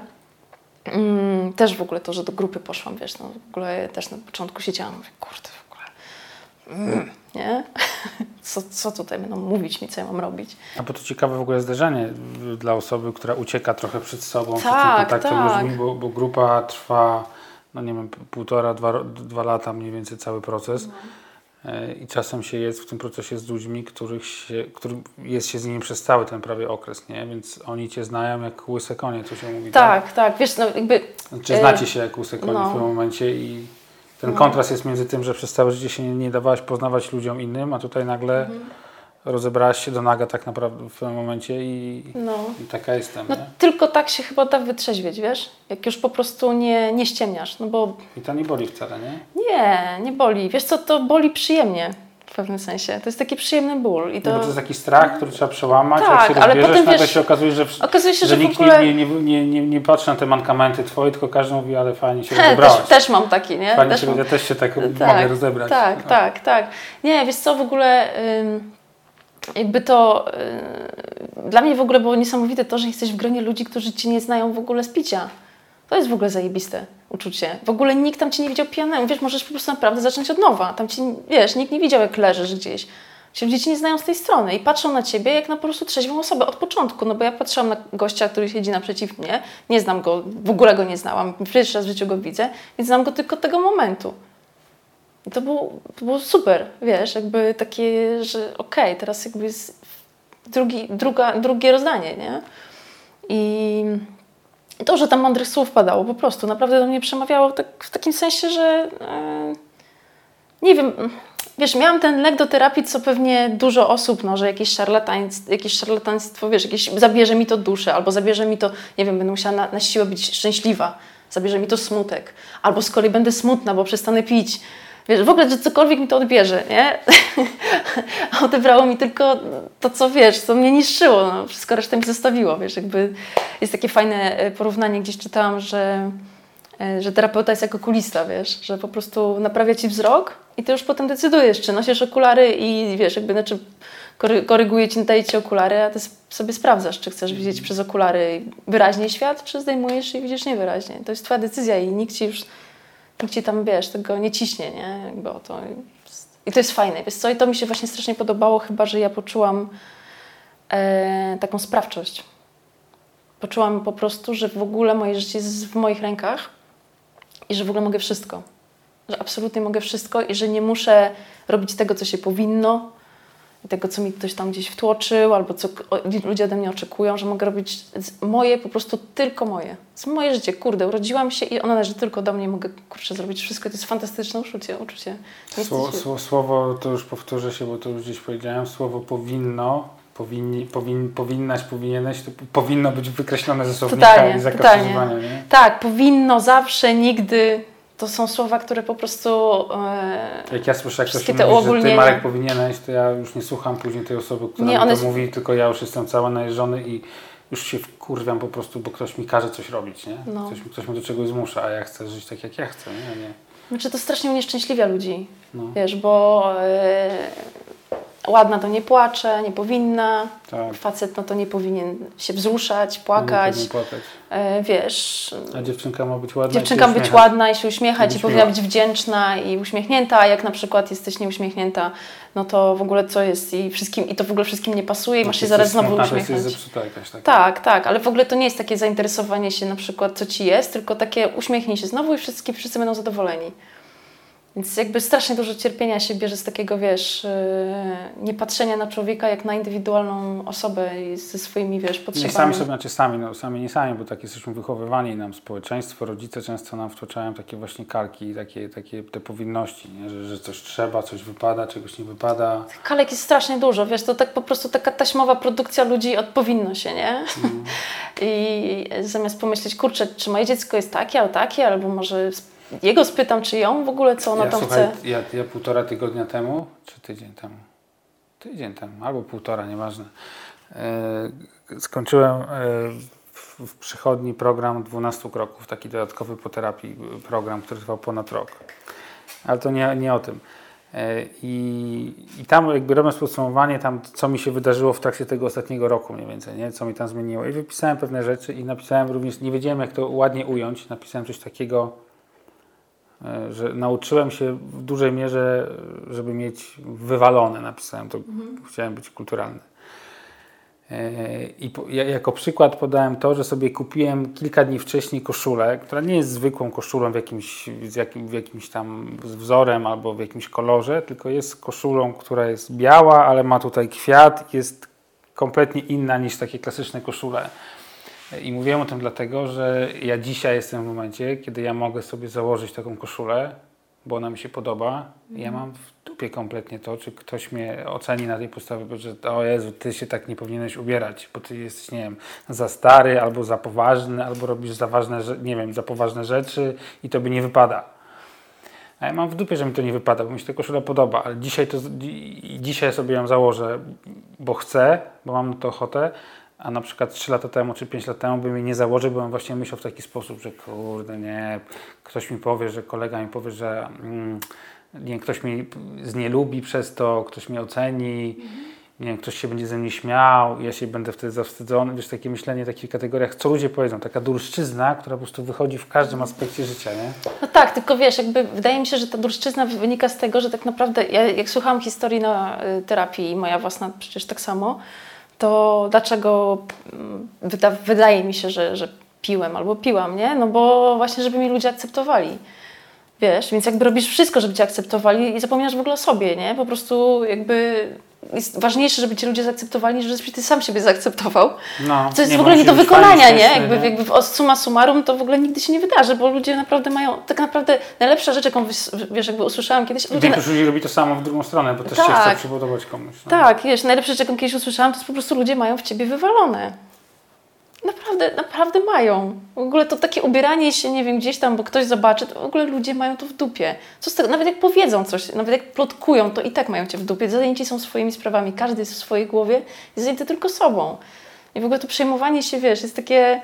S2: Mm, też w ogóle to, że do grupy poszłam, wiesz, no w ogóle też na początku siedziałam, mówię, kurde, w ogóle, mm, nie? Co, co tutaj będą mówić mi, co ja mam robić?
S3: A bo to ciekawe w ogóle zdarzenie dla osoby, która ucieka trochę przed sobą,
S2: tak,
S3: przed tym kontaktem
S2: tak.
S3: ludźmi, bo, bo grupa trwa, no nie wiem, półtora, dwa, dwa lata mniej więcej cały proces. No. I czasem się jest w tym procesie z ludźmi, których się, którym jest się z nimi przez cały ten prawie okres, nie? Więc oni Cię znają jak łyse konie, co się mówi.
S2: Tak, tak, tak. Wiesz, no jakby...
S3: Znaczy znacie się jak łyse konie
S2: no.
S3: w tym momencie i ten
S2: no.
S3: kontrast jest między tym, że przez całe życie się nie, nie dawałaś poznawać ludziom innym, a tutaj nagle mhm. rozebrałaś się do naga tak naprawdę w tym momencie i, no. i taka jestem.
S2: No
S3: nie?
S2: tylko tak się chyba da wytrzeźwieć, wiesz? Jak już po prostu nie, nie ściemniasz, no bo...
S3: I to nie boli wcale, nie?
S2: Nie, nie boli. Wiesz co, to boli przyjemnie w pewnym sensie. To jest taki przyjemny ból. I to...
S3: No bo to jest taki strach, który trzeba przełamać,
S2: tak,
S3: jak się
S2: ale
S3: rozbierzesz,
S2: potem,
S3: nagle
S2: wiesz,
S3: się okazuje, że, w,
S2: okazuje się,
S3: że,
S2: że
S3: nikt
S2: w ogóle...
S3: nie, nie, nie, nie, nie patrzy na te mankamenty Twoje, tylko każdy mówi, ale fajnie się
S2: He,
S3: rozebrałaś.
S2: Też, też mam taki, nie?
S3: Fajnie
S2: też
S3: się,
S2: mam...
S3: Ja też się tak, tak mogę rozebrać.
S2: Tak, no. tak, tak. Nie, wiesz co, w ogóle ym, jakby to yy, dla mnie w ogóle było niesamowite to, że jesteś w gronie ludzi, którzy Cię nie znają w ogóle z picia. To jest w ogóle zajebiste uczucie. W ogóle nikt tam Cię nie widział pijanemu. Wiesz, możesz po prostu naprawdę zacząć od nowa. Tam Cię, wiesz, nikt nie widział, jak leżysz gdzieś. Ci ludzie Cię nie znają z tej strony i patrzą na Ciebie jak na po prostu trzeźwą osobę od początku. No bo ja patrzyłam na gościa, który siedzi naprzeciw mnie. Nie znam go, w ogóle go nie znałam. Pierwszy raz w życiu go widzę, więc znam go tylko od tego momentu. I to było, to było super, wiesz, jakby takie, że okej, okay, teraz jakby jest drugi, druga, drugie rozdanie, nie? I to, że tam mądrych słów padało, po prostu naprawdę do mnie przemawiało tak, w takim sensie, że yy, nie wiem, wiesz, miałam ten lek do terapii, co pewnie dużo osób, no, że jakieś szarlataństwo, jakieś szarlataństwo, wiesz, jakieś, zabierze mi to duszę, albo zabierze mi to, nie wiem, będę musiała na, na siłę być szczęśliwa, zabierze mi to smutek, albo z kolei będę smutna, bo przestanę pić. Wiesz, w ogóle, że cokolwiek mi to odbierze, nie? A odebrało mi tylko to, co wiesz, co mnie niszczyło, no, wszystko resztę mi zostawiło, wiesz, jakby jest takie fajne porównanie, gdzieś czytałam, że, że terapeuta jest jak okulista, wiesz, że po prostu naprawia Ci wzrok i Ty już potem decydujesz, czy nosisz okulary i wiesz, jakby, znaczy koryguje Ci, daje Ci okulary, a Ty sobie sprawdzasz, czy chcesz widzieć przez okulary wyraźnie świat, czy zdejmujesz i widzisz niewyraźnie. To jest Twoja decyzja i nikt Ci już Nikt Ci tam, wiesz, tego nie ciśnie, nie? Jakby o to. I to jest fajne, wiesz co? I to mi się właśnie strasznie podobało, chyba że ja poczułam e, taką sprawczość. Poczułam po prostu, że w ogóle moje życie jest w moich rękach i że w ogóle mogę wszystko. Że absolutnie mogę wszystko i że nie muszę robić tego, co się powinno, tego, co mi ktoś tam gdzieś wtłoczył, albo co ludzie ode mnie oczekują, że mogę robić moje, po prostu tylko moje. To jest moje życie, kurde, urodziłam się i ono należy tylko do mnie, mogę, kurczę, zrobić wszystko. To jest fantastyczne uczucie. uczucie.
S3: Słowo, słowo, słowo, to już powtórzę się, bo to już gdzieś powiedziałem, słowo powinno, powinni, powin, powinnaś, powinieneś, to powinno być wykreślone ze słownika
S2: totalnie,
S3: i zakazywania, nie?
S2: Tak, powinno, zawsze, nigdy, to są słowa, które po prostu e,
S3: jak ja słyszę, jak ktoś
S2: mówi,
S3: że ty, Marek, powinieneś, to ja już nie słucham później tej osoby, która nie, mi to jest... mówi, tylko ja już jestem cały najeżdżony i już się wkurwiam po prostu, bo ktoś mi każe coś robić, nie? No. Ktoś, ktoś mnie do czegoś zmusza, a ja chcę żyć tak, jak ja chcę, nie? nie.
S2: Znaczy to strasznie unieszczęśliwia ludzi, no. Wiesz, bo e, ładna to nie płacze, nie powinna, tak. Facet no to nie powinien się wzruszać, płakać, no, płakać. E, wiesz.
S3: A dziewczynka ma być ładna
S2: Dziewczynka ma być ładna i się uśmiechać i, i powinna być wdzięczna i uśmiechnięta, a jak na przykład jesteś nieuśmiechnięta, no to w ogóle co jest i wszystkim, i to w ogóle wszystkim nie pasuje i masz się zaraz znowu uśmiechnąć.
S3: Zepsuta jakaś taka.
S2: Tak, tak, ale w ogóle to nie jest takie zainteresowanie się na przykład co ci jest, tylko takie uśmiechnij się znowu i wszyscy, wszyscy będą zadowoleni. Więc jakby strasznie dużo cierpienia się bierze z takiego, wiesz, yy, nie patrzenia na człowieka jak na indywidualną osobę i ze swoimi, wiesz, potrzebami.
S3: Nie sami sobie, znaczy sami, no sami nie sami, bo tak jesteśmy wychowywani, nam społeczeństwo, rodzice często nam wtłaczają takie właśnie karki, takie, takie te powinności, nie? Że, że coś trzeba, coś wypada, czegoś nie wypada.
S2: Kalek jest strasznie dużo, wiesz, to tak po prostu taka taśmowa produkcja ludzi od powinno się, nie? Mm. I zamiast pomyśleć, kurczę, czy moje dziecko jest takie albo takie, albo może... Jego spytam, czy ją w ogóle, co ona
S3: ja,
S2: tam
S3: słuchaj,
S2: chce.
S3: Ja, ja półtora tygodnia temu, czy tydzień temu, tydzień temu, albo półtora, nieważne, yy, skończyłem yy, w, w przychodni program dwunastu kroków, taki dodatkowy po terapii program, który trwał ponad rok. Ale to nie, nie o tym. Yy, i, I tam jakby robiąc podsumowanie, tam co mi się wydarzyło w trakcie tego ostatniego roku mniej więcej, nie? Co mi tam zmieniło. I wypisałem pewne rzeczy i napisałem również, nie wiedziałem jak to ładnie ująć, napisałem coś takiego, że nauczyłem się w dużej mierze, żeby mieć wywalone, napisałem to, mhm. Chciałem być kulturalny. I po, ja, jako przykład podałem to, że sobie kupiłem kilka dni wcześniej koszulę, która nie jest zwykłą koszulą w jakimś, z jakim, w jakimś tam wzorem albo w jakimś kolorze, tylko jest koszulą, która jest biała, ale ma tutaj kwiat, jest kompletnie inna niż takie klasyczne koszule. I mówiłem o tym dlatego, że ja dzisiaj jestem w momencie, kiedy ja mogę sobie założyć taką koszulę, bo ona mi się podoba. I ja mam w dupie kompletnie to, czy ktoś mnie oceni na tej podstawie, że o Jezu, ty się tak nie powinieneś ubierać, bo ty jesteś, nie wiem, za stary, albo za poważny, albo robisz za ważne, nie wiem, za poważne rzeczy i tobie nie wypada. A ja mam w dupie, że mi to nie wypada, bo mi się ta koszula podoba, ale dzisiaj, to, dzisiaj sobie ją założę, bo chcę, bo mam na to ochotę. A na przykład trzy lata temu czy pięć lat temu bym jej nie założył, bo bym właśnie myślał w taki sposób, że kurde nie, ktoś mi powie, że kolega mi powie, że mm, nie, ktoś mnie znielubi przez to, ktoś mnie oceni, mhm. nie wiem, ktoś się będzie ze mnie śmiał, ja się będę wtedy zawstydzony. Wiesz, takie myślenie w takich kategoriach, co ludzie powiedzą, taka durszczyzna, która po prostu wychodzi w każdym aspekcie życia, nie?
S2: No tak, tylko wiesz, jakby wydaje mi się, że ta durszczyzna wynika z tego, że tak naprawdę, ja jak słuchałam historii na y, terapii i moja własna przecież tak samo, to dlaczego wyda, wydaje mi się, że, że piłem albo piłam, nie? No bo właśnie, żeby mnie ludzie akceptowali. Wiesz, więc jakby robisz wszystko, żeby cię akceptowali i zapominasz w ogóle o sobie, nie? Po prostu jakby jest ważniejsze, żeby cię ludzie zaakceptowali, niż żebyś ty sam siebie zaakceptował. No, co jest w ogóle nie do wykonania, nie? Jakby, nie? Jakby summa summarum to w ogóle nigdy się nie wydarzy, bo ludzie naprawdę mają, tak naprawdę najlepsza rzecz, jaką wiesz, jakby usłyszałam kiedyś. Ludzie
S3: Większość ludzi robi to samo w drugą stronę, bo też tak, się chce przypodobać komuś. No.
S2: Tak, wiesz, najlepsza rzecz, jaką kiedyś usłyszałam, to jest po prostu ludzie mają w ciebie wywalone. Naprawdę, naprawdę mają. W ogóle to takie ubieranie się, nie wiem, gdzieś tam, bo ktoś zobaczy, to w ogóle ludzie mają to w dupie. Co z tego? Nawet jak powiedzą coś, nawet jak plotkują, to i tak mają cię w dupie. Zajęci są swoimi sprawami, każdy jest w swojej głowie, jest zajęty tylko sobą. I w ogóle to przejmowanie się, wiesz, jest takie,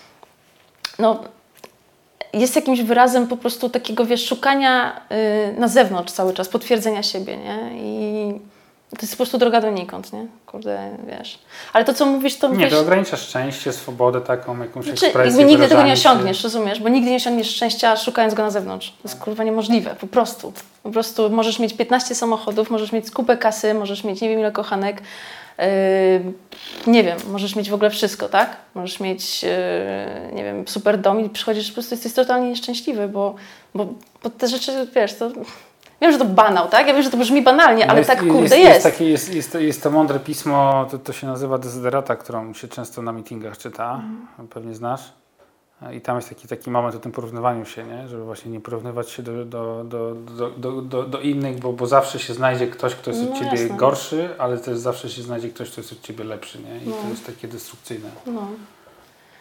S2: no, jest jakimś wyrazem po prostu takiego, wiesz, szukania yy, na zewnątrz cały czas, potwierdzenia siebie, nie? I to jest po prostu droga donikąd, nie? Kurde, wiesz. Ale to, co mówisz, to...
S3: Nie,
S2: wiesz,
S3: to ogranicza szczęście, swobodę taką, jakąś
S2: znaczy,
S3: ekspresję.
S2: Jakby nigdy tego nie osiągniesz, rozumiesz? Bo nigdy nie osiągniesz szczęścia, szukając go na zewnątrz. To jest kurwa niemożliwe, po prostu. Po prostu możesz mieć piętnaście samochodów, możesz mieć kupę kasy, możesz mieć nie wiem ile kochanek, yy, nie wiem, możesz mieć w ogóle wszystko, tak? Możesz mieć, yy, nie wiem, super dom i przychodzisz, po prostu jesteś totalnie nieszczęśliwy, bo, bo, bo te rzeczy, wiesz, to... Wiem, że to banał, tak? Ja wiem, że to brzmi banalnie, ale
S3: jest,
S2: tak kurde
S3: jest.
S2: jest.
S3: Jest, taki, jest, jest, to, jest to mądre pismo, to, to się nazywa Desiderata, którą się często na meetingach czyta, mm. pewnie znasz. I tam jest taki, taki moment o tym porównywaniu się, nie? Żeby właśnie nie porównywać się do, do, do, do, do, do, do innych, bo, bo zawsze się znajdzie ktoś, kto jest no od ciebie jasne. gorszy, ale też zawsze się znajdzie ktoś, kto jest od ciebie lepszy, nie? I no. to jest takie destrukcyjne.
S2: No.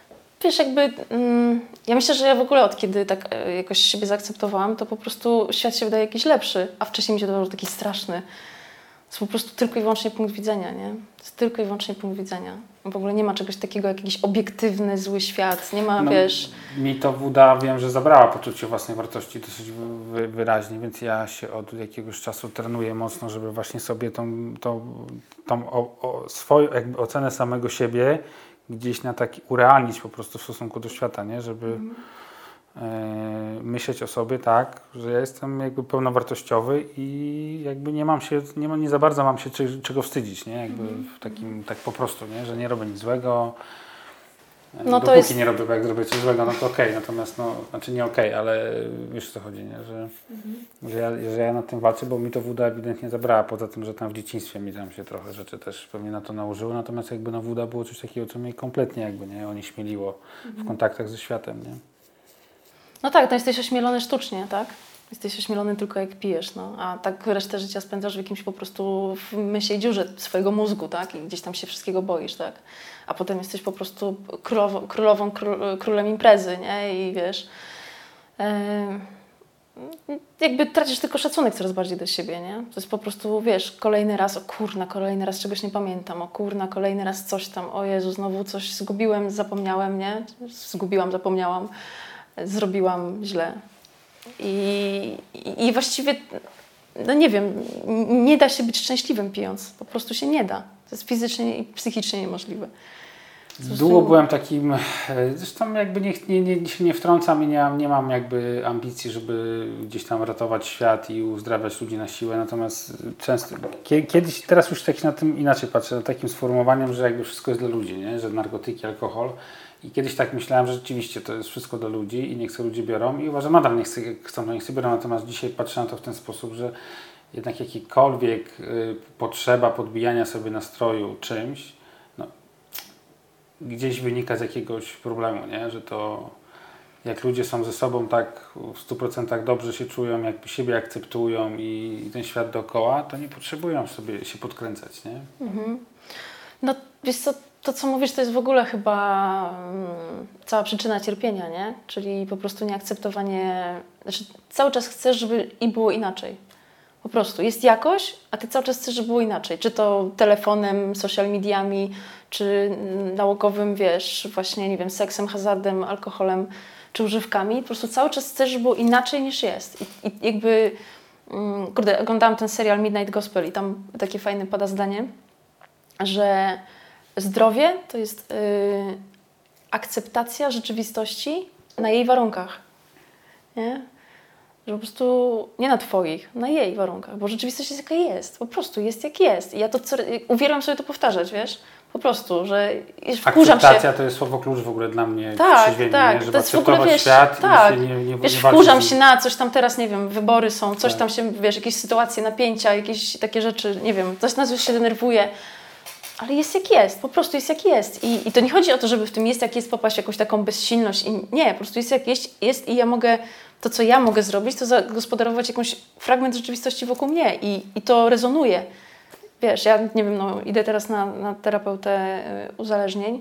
S2: wiesz, jakby mm, ja myślę, że ja w ogóle od kiedy tak e, jakoś siebie zaakceptowałam, to po prostu świat się wydaje jakiś lepszy, a wcześniej mi się wydawał, że taki straszny. To jest po prostu tylko i wyłącznie punkt widzenia, nie? To jest tylko i wyłącznie punkt widzenia. W ogóle nie ma czegoś takiego jak jakiś obiektywny, zły świat. Nie ma,
S3: no,
S2: wiesz...
S3: Mi to Wuda, wiem, że zabrała poczucie własnej wartości dosyć wy, wyraźnie, więc ja się od jakiegoś czasu trenuję mocno, żeby właśnie sobie tą, tą, tą o, o swoją jakby ocenę samego siebie gdzieś na taki urealnić po prostu w stosunku do świata, nie? Żeby mm. e, myśleć o sobie tak, że ja jestem jakby pełnowartościowy i jakby nie mam się, nie, ma, nie za bardzo mam się czy, czego wstydzić, nie? Jakby mm. w takim, tak po prostu, nie? Że nie robię nic złego. No dopóki to jest... nie robię, bo jak zrobię coś złego, no to okej, okay. Natomiast no, znaczy nie okej, okay, ale wiesz co chodzi, nie? Że, mhm. że, ja, że ja nad tym walczę, bo mi to Wuda ewidentnie zabrała, poza tym, że tam w dzieciństwie mi tam się trochę rzeczy też pewnie na to nałożyły, natomiast jakby no Wuda było coś takiego, co mnie kompletnie jakby nie onieśmieliło mhm. w kontaktach ze światem, nie?
S2: No tak, to jesteś ośmielony sztucznie, tak? Jesteś ośmielony tylko jak pijesz, no. A tak resztę życia spędzasz w jakimś po prostu w mysiej dziurze swojego mózgu, tak? I gdzieś tam się wszystkiego boisz, tak? A potem jesteś po prostu królową, królową król, królem imprezy, nie? I wiesz, yy, jakby tracisz tylko szacunek coraz bardziej do siebie, nie? To jest po prostu, wiesz, kolejny raz, o kurna, kolejny raz czegoś nie pamiętam, o kurna, kolejny raz coś tam, o Jezu, znowu coś zgubiłem, zapomniałem, nie? Zgubiłam, zapomniałam, zrobiłam źle. I, i, I właściwie, no nie wiem, nie da się być szczęśliwym pijąc. Po prostu się nie da. To jest fizycznie i psychicznie niemożliwe.
S3: Długo byłem takim, zresztą jakby nie, nie, nie, się nie wtrącam i nie, nie mam jakby ambicji, żeby gdzieś tam ratować świat i uzdrawiać ludzi na siłę, natomiast często, kiedyś, teraz już tak na tym inaczej patrzę, takim sformułowaniem, że jakby wszystko jest dla ludzi, nie? Że narkotyki, alkohol. I kiedyś tak myślałem, że rzeczywiście to jest wszystko dla ludzi i niech sobie ludzie biorą i uważam, nadal nie chcę, chcą, niech sobie biorą, natomiast dzisiaj patrzę na to w ten sposób, że jednak jakikolwiek y, potrzeba podbijania sobie nastroju czymś, no, gdzieś wynika z jakiegoś problemu, nie? Że to jak ludzie są ze sobą tak w stu procentach dobrze się czują, jakby siebie akceptują i, i ten świat dookoła, to nie potrzebują sobie się podkręcać, nie? Mhm.
S2: No wiesz co, to co mówisz, to jest w ogóle chyba um, cała przyczyna cierpienia, nie? Czyli po prostu nieakceptowanie, znaczy cały czas chcesz, żeby i było inaczej. Po prostu jest jakoś, a ty cały czas chcesz, żeby było inaczej. Czy to telefonem, social mediami, czy nałogowym, wiesz, właśnie, nie wiem, seksem, hazardem, alkoholem, czy używkami. Po prostu cały czas chcesz, żeby było inaczej niż jest. I, i jakby, um, kurde, oglądałam ten serial Midnight Gospel i tam takie fajne pada zdanie, że zdrowie to jest yy, akceptacja rzeczywistości na jej warunkach. Nie? Że po prostu nie na twoich, na jej warunkach, bo rzeczywistość jest jaka jest, po prostu jest jak jest. I ja to co, uwielbiam sobie to powtarzać, wiesz, po prostu, że wkurzam się.
S3: Akceptacja to jest słowo klucz w ogóle dla mnie.
S2: Tak, tak, nie? Żeby to jest w ogóle, wiesz,
S3: świat
S2: tak,
S3: i się nie, nie,
S2: wiesz,
S3: nie
S2: wkurzam
S3: z...
S2: się na coś tam teraz, nie wiem, wybory są, coś
S3: tak.
S2: tam się, wiesz, jakieś sytuacje, napięcia, jakieś takie rzeczy, nie wiem, coś nas już się denerwuje. Ale jest jak jest, po prostu jest jak jest. I, I to nie chodzi o to, żeby w tym jest jak jest popaść jakąś taką bezsilność. I nie, po prostu jest jak jest, jest i ja mogę, to co ja mogę zrobić, to zagospodarować jakąś fragment rzeczywistości wokół mnie i, i to rezonuje. Wiesz, ja nie wiem, no idę teraz na, na terapeutę uzależnień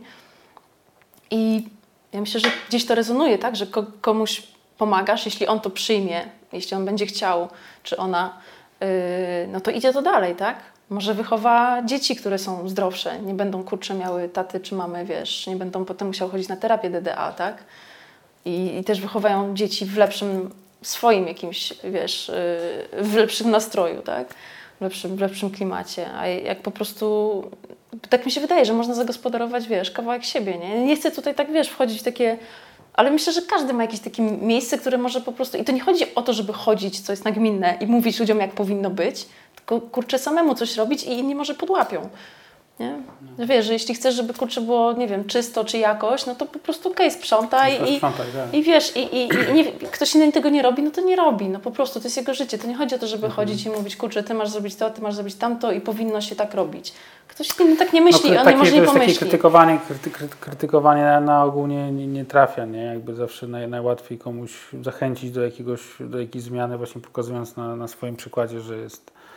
S2: i ja myślę, że gdzieś to rezonuje, tak, że ko- komuś pomagasz, jeśli on to przyjmie, jeśli on będzie chciał, czy ona, yy, no to idzie to dalej, tak? Może wychowa dzieci, które są zdrowsze, nie będą kurcze miały taty czy mamy, wiesz, nie będą potem musiały chodzić na terapię D D A, tak? I, i też wychowają dzieci w lepszym swoim jakimś, wiesz, yy, w lepszym nastroju, tak? W lepszym, w lepszym klimacie. A jak po prostu, tak mi się wydaje, że można zagospodarować, wiesz, kawałek siebie, nie? Nie chcę tutaj tak, wiesz, wchodzić w takie, ale myślę, że każdy ma jakieś takie miejsce, które może po prostu, i to nie chodzi o to, żeby chodzić, co jest nagminne i mówić ludziom, jak powinno być, tylko kurczę samemu coś robić i inni może podłapią. Nie? No. Wiesz, że jeśli chcesz, żeby kurczę było, nie wiem, czysto czy jakoś, no to po prostu okej, okay, sprzątaj i, sprzątaj, tak. i wiesz, i, i, i nie, ktoś inny tego nie robi, no to nie robi, no po prostu to jest jego życie. To nie chodzi o to, żeby mhm. chodzić i mówić, kurczę, ty masz zrobić to, ty masz zrobić tamto i powinno się tak robić. Ktoś inny tak nie myśli, no, on nie może nie pomyśli. To jest takie
S3: krytykowanie, kryty, krytykowanie na, na ogół nie, nie, nie trafia, nie? Jakby zawsze naj, najłatwiej komuś zachęcić do jakiegoś, do jakiejś zmiany, właśnie pokazując na, na swoim przykładzie, że jest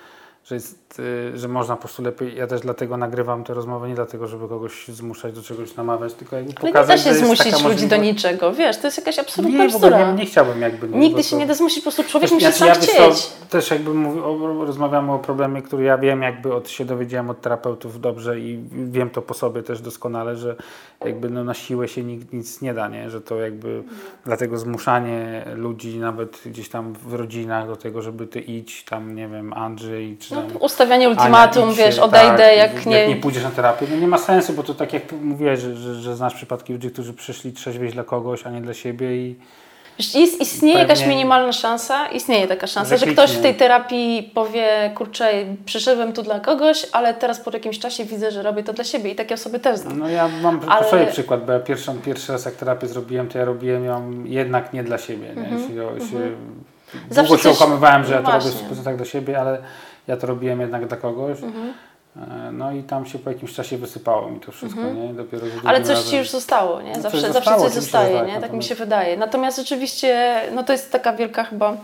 S3: że, jest, że można po prostu lepiej, ja też dlatego nagrywam te rozmowy, nie dlatego, żeby kogoś zmuszać do czegoś namawiać, tylko jakby
S2: ale
S3: pokazać,
S2: nie da się
S3: że jest
S2: zmusić
S3: taka
S2: ludzi do niczego, wiesz, to jest jakaś absolutna
S3: nie,
S2: bzdura.
S3: Nie, nie chciałbym jakby... Nie,
S2: Nigdy
S3: to,
S2: się nie da zmusić, po prostu człowiek
S3: też,
S2: musi
S3: znaczy,
S2: sam
S3: ja
S2: chcieć.
S3: To, też jakby mówi, o, rozmawiamy o problemie, który ja wiem, jakby od, się dowiedziałem od terapeutów dobrze i wiem to po sobie też doskonale, że jakby no, na siłę się nic, nic nie da, nie? Że to jakby mm. dlatego zmuszanie ludzi nawet gdzieś tam w rodzinach do tego, żeby ty idź tam, nie wiem, Andrzej czy tam,
S2: no, ustawianie ultimatum, Ania, wiesz, odejdę
S3: tak,
S2: jak nie...
S3: Jak nie pójdziesz na terapię, no nie ma sensu, bo to tak jak mówiłeś, że, że, że znasz przypadki ludzi, którzy przyszli trzeźwieć dla kogoś, a nie dla siebie i
S2: Jest, istnieje pewnie jakaś minimalna szansa, istnieje taka szansa, że ktoś w tej terapii powie, kurczę, przyszedłem tu dla kogoś, ale teraz po jakimś czasie widzę, że robię to dla siebie i takie osoby też znam.
S3: No ja mam
S2: ale...
S3: swój przykład, bo ja pierwszy, pierwszy raz jak terapię zrobiłem, to ja robiłem ją jednak nie dla siebie. Nie? Mm-hmm, się, mm-hmm. się, długo się coś... okłamywałem, że no ja to właśnie. robię w sposób tak dla siebie, ale ja to robiłem jednak dla kogoś. Mm-hmm. No i tam się po jakimś czasie wysypało mi to wszystko, mm-hmm. nie? Dopiero
S2: ale coś razem... Ci już zostało, nie? Zawsze coś, zawsze coś zostaje, tak, nie? Tak mi się wydaje. Natomiast rzeczywiście, no to jest taka wielka chyba...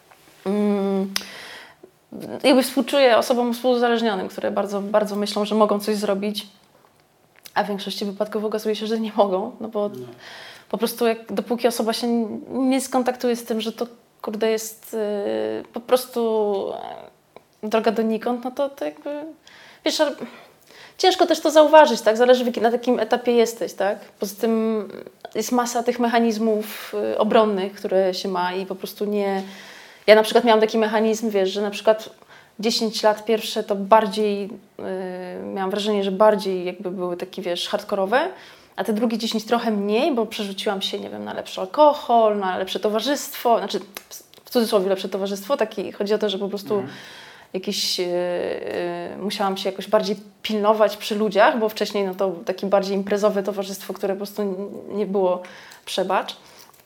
S2: Mm, jakby współczuję osobom współuzależnionym, które bardzo, bardzo myślą, że mogą coś zrobić, a w większości wypadków okazuje się, że nie mogą, no bo nie. po prostu jak, dopóki osoba się nie skontaktuje z tym, że to kurde jest yy, po prostu droga donikąd, no to, to jakby... Wiesz, ciężko też to zauważyć, tak? Zależy na jakim etapie jesteś, tak? Poza tym jest masa tych mechanizmów obronnych, które się ma i po prostu nie... Ja na przykład miałam taki mechanizm, wiesz, że na przykład dziesięć lat pierwsze to bardziej, yy, miałam wrażenie, że bardziej jakby były takie, wiesz, hardkorowe, a te drugie dziesięć trochę mniej, bo przerzuciłam się, nie wiem, na lepszy alkohol, na lepsze towarzystwo, znaczy w cudzysłowie lepsze towarzystwo, taki, chodzi o to, że po prostu... Mm. Jakieś, yy, yy, musiałam się jakoś bardziej pilnować przy ludziach, bo wcześniej no to takie bardziej imprezowe towarzystwo, które po prostu nie było przebacz.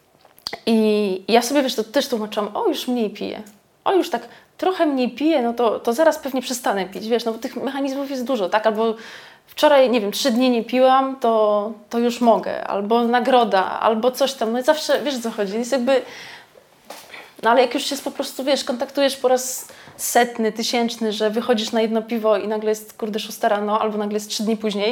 S2: I ja sobie, wiesz, to też tłumaczyłam, o już mniej piję, o już tak trochę mniej piję, no to, to zaraz pewnie przestanę pić, wiesz, no bo tych mechanizmów jest dużo, tak, albo wczoraj, nie wiem, trzy dni nie piłam, to, to już mogę, albo nagroda, albo coś tam, no i zawsze, wiesz o co chodzi, jest jakby, no ale jak już się po prostu, wiesz, kontaktujesz po raz setny, tysięczny, że wychodzisz na jedno piwo i nagle jest, kurde, szósta rano, albo nagle jest trzy dni później,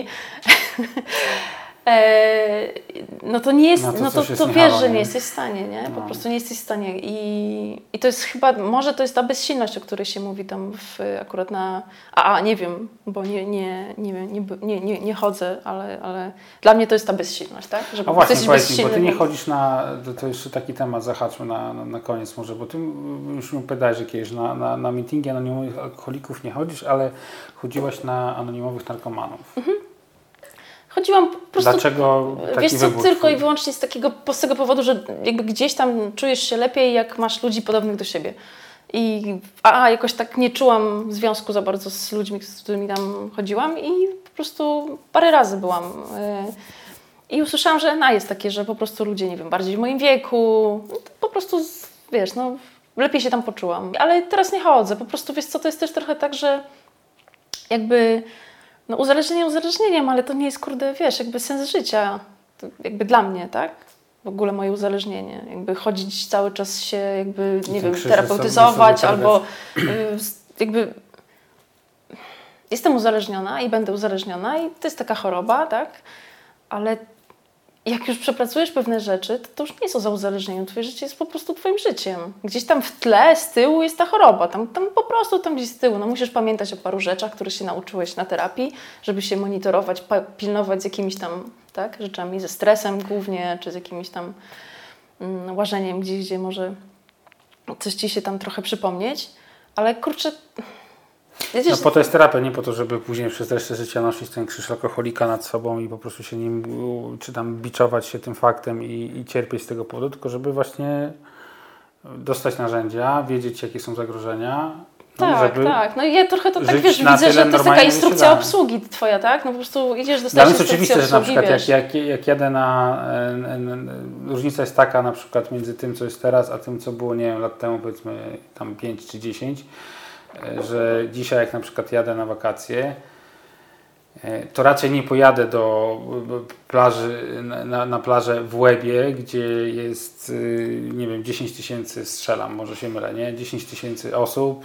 S2: e, no to nie jest, no to, no to, to, to wiesz, że nie jesteś w stanie, nie? Po no. prostu nie jesteś w stanie i, i to jest chyba, może to jest ta bezsilność, o której się mówi tam w, akurat na, a, a nie wiem, bo nie, nie, nie, nie, nie, nie, nie chodzę, ale, ale dla mnie to jest ta bezsilność, tak?
S3: Że a właśnie, powiedz mi, bo ty nie chodzisz na, to jeszcze taki temat zahaczmy na, na, na koniec może, bo ty już mi pytałeś, że kiedyś na, na, na meetingi anonimowych alkoholików nie chodzisz, ale chodziłaś na anonimowych narkomanów. Mhm.
S2: Chodziłam po prostu,
S3: dlaczego taki
S2: wiesz co,
S3: wybór
S2: tylko
S3: twój?
S2: I wyłącznie z takiego prostego powodu, że jakby gdzieś tam czujesz się lepiej, jak masz ludzi podobnych do siebie. I a jakoś tak nie czułam związku za bardzo z ludźmi, z którymi tam chodziłam i po prostu parę razy byłam. Yy, I usłyszałam, że na jest takie, że po prostu ludzie, nie wiem, bardziej w moim wieku, po prostu, wiesz, no lepiej się tam poczułam. Ale teraz nie chodzę, po prostu, wiesz co, to jest też trochę tak, że jakby... No uzależnienie uzależnieniem, ale to nie jest, kurde, wiesz, jakby sens życia, to jakby dla mnie, tak? W ogóle moje uzależnienie, jakby chodzić cały czas się, jakby, nie wiem, terapeutyzować albo y, jakby jestem uzależniona i będę uzależniona i to jest taka choroba, tak? Ale jak już przepracujesz pewne rzeczy, to, to już nie jest o uzależnieniu. Twoje życie jest po prostu twoim życiem. Gdzieś tam w tle, z tyłu jest ta choroba. Tam, tam po prostu tam gdzieś z tyłu. No musisz pamiętać o paru rzeczach, które się nauczyłeś na terapii, żeby się monitorować, pa- pilnować z jakimiś tam tak, rzeczami, ze stresem głównie, czy z jakimś tam mm, łażeniem gdzieś, gdzie może coś ci się tam trochę przypomnieć. Ale kurczę...
S3: Wiecie, no po to jest terapia, nie po to, żeby później przez resztę życia nosić ten krzyż alkoholika nad sobą i po prostu się nim, czy tam biczować się tym faktem i, i cierpieć z tego powodu, tylko żeby właśnie dostać narzędzia, wiedzieć jakie są zagrożenia.
S2: Tak, no, żeby tak. No i ja trochę to tak, wiesz, widzę, że to jest taka instrukcja obsługi twoja, tak? No po prostu idziesz, dostajesz instrukcję obsługi, oczywiście, że na przykład jak, jak, jak jadę na... E, różnica jest taka na przykład między tym, co jest teraz, a tym, co było, nie wiem, lat temu, powiedzmy tam pięć czy dziesięć, że dzisiaj jak na przykład jadę na wakacje,
S3: to raczej nie pojadę do plaży, na, na plażę w Łebie, gdzie jest, nie wiem, dziesięć tysięcy, strzelam, może się mylę, nie? dziesięć tysięcy osób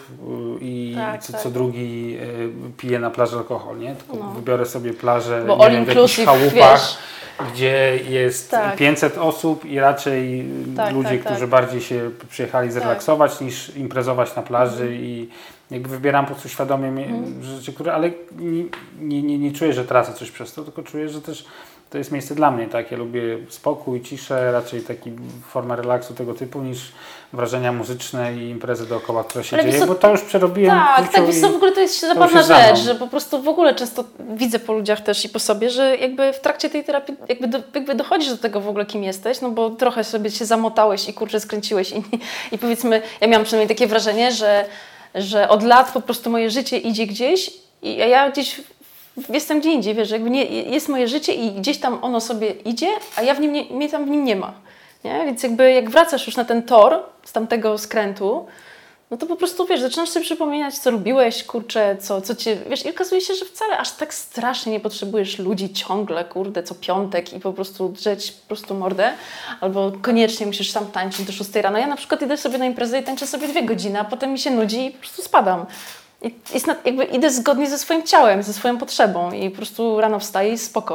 S3: i tak, co, tak. co drugi pije na plaży alkohol, nie? Tylko no. wybiorę sobie plażę
S2: Bo
S3: nie wiem, w jakichś chałupach, wiesz, gdzie jest tak. pięćset osób i raczej tak, ludzie, tak, którzy tak. bardziej się przyjechali zrelaksować tak. niż imprezować na plaży mm. i jakby wybieram po prostu świadomie mm. rzeczy, które, ale nie, nie, nie, nie czuję, że tracę coś przez to, tylko czuję, że też to jest miejsce dla mnie, tak? Ja lubię spokój, ciszę, raczej taki formę relaksu tego typu niż wrażenia muzyczne i imprezy dookoła, które się ale dzieje, co, bo to już przerobiłem.
S2: Tak, tak, wiesz co, w ogóle to jest zabawna rzecz, że po prostu w ogóle często widzę po ludziach też i po sobie, że jakby w trakcie tej terapii jakby, do, jakby dochodzisz do tego w ogóle, kim jesteś, no bo trochę sobie się zamotałeś i kurczę skręciłeś i, i powiedzmy, ja miałam przynajmniej takie wrażenie, że, że od lat po prostu moje życie idzie gdzieś i ja gdzieś jestem gdzie indziej, wiesz, jakby nie, jest moje życie i gdzieś tam ono sobie idzie, a ja w nim nie, mnie tam w nim nie ma. Nie? Więc jakby jak wracasz już na ten tor z tamtego skrętu, no to po prostu, wiesz, zaczynasz sobie przypominać, co lubiłeś, kurczę, co, co cię, wiesz, i okazuje się, że wcale aż tak strasznie nie potrzebujesz ludzi ciągle, kurde, co piątek i po prostu drzeć po prostu mordę, albo koniecznie musisz tam tańczyć do szóstej rano. Ja na przykład idę sobie na imprezę i tańczę sobie dwie godziny, a potem mi się nudzi i po prostu spadam. I jest na, jakby idę zgodnie ze swoim ciałem, ze swoją potrzebą i po prostu rano wstaję i spoko.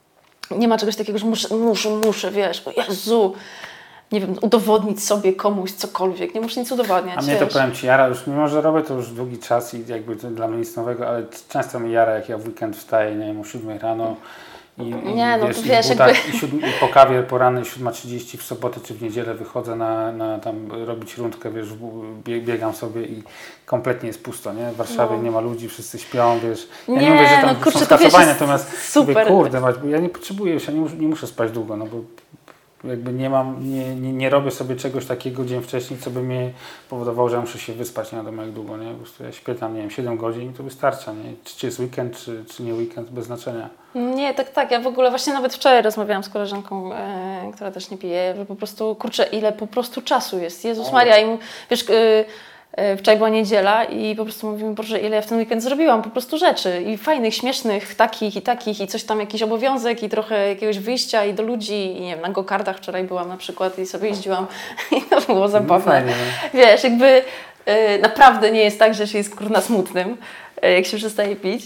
S2: Nie ma czegoś takiego, że muszę, muszę, muszę, wiesz, o Jezu, nie wiem, udowodnić sobie komuś cokolwiek, nie muszę nic udowadniać.
S3: A mnie
S2: wiesz.
S3: to powiem Ci jara, już mimo, że robię to już długi czas i jakby to dla mnie nic nowego, ale często mi jara, jak ja w weekend wstaję, nie wiem, o siódmej rano i,
S2: nie,
S3: i,
S2: no,
S3: wiesz,
S2: to
S3: i,
S2: wiesz,
S3: butach,
S2: jakby...
S3: i, siódm, i po kawie porannej siódma trzydzieści w sobotę czy w niedzielę wychodzę na, na tam robić rundkę, wiesz, biegam sobie i kompletnie jest pusto, nie? W Warszawie no. nie ma ludzi, wszyscy śpią, wiesz. Ja nie, nie mówię, że tam no, kurczę, są skasowania, natomiast super. Mówię, kurde, bo ja nie potrzebuję, ja nie, muszę, nie muszę spać długo, no bo jakby nie mam, nie, nie, nie robię sobie czegoś takiego dzień wcześniej, co by mnie powodowało, że ja muszę się wyspać nie wiadomo jak długo, nie? Po prostu ja śpię tam, nie wiem, siedem godzin i to wystarcza, nie? Czy, czy jest weekend, czy, czy nie weekend, bez znaczenia. Nie,
S2: tak, tak. Ja w ogóle właśnie nawet wczoraj rozmawiałam z koleżanką, e, która też nie pije, że po prostu, kurczę, ile po prostu czasu jest. Jezus Maria, i wiesz... E, Wczoraj była niedziela i po prostu mówimy, Boże, ile ja w ten weekend zrobiłam, po prostu rzeczy i fajnych, śmiesznych, takich i takich i coś tam, jakiś obowiązek i trochę jakiegoś wyjścia i do ludzi i nie wiem, na go-kartach wczoraj byłam na przykład i sobie jeździłam i to było zabawne. No wiesz, jakby y, naprawdę nie jest tak, że się jest kurna smutnym, y, jak się przestaje pić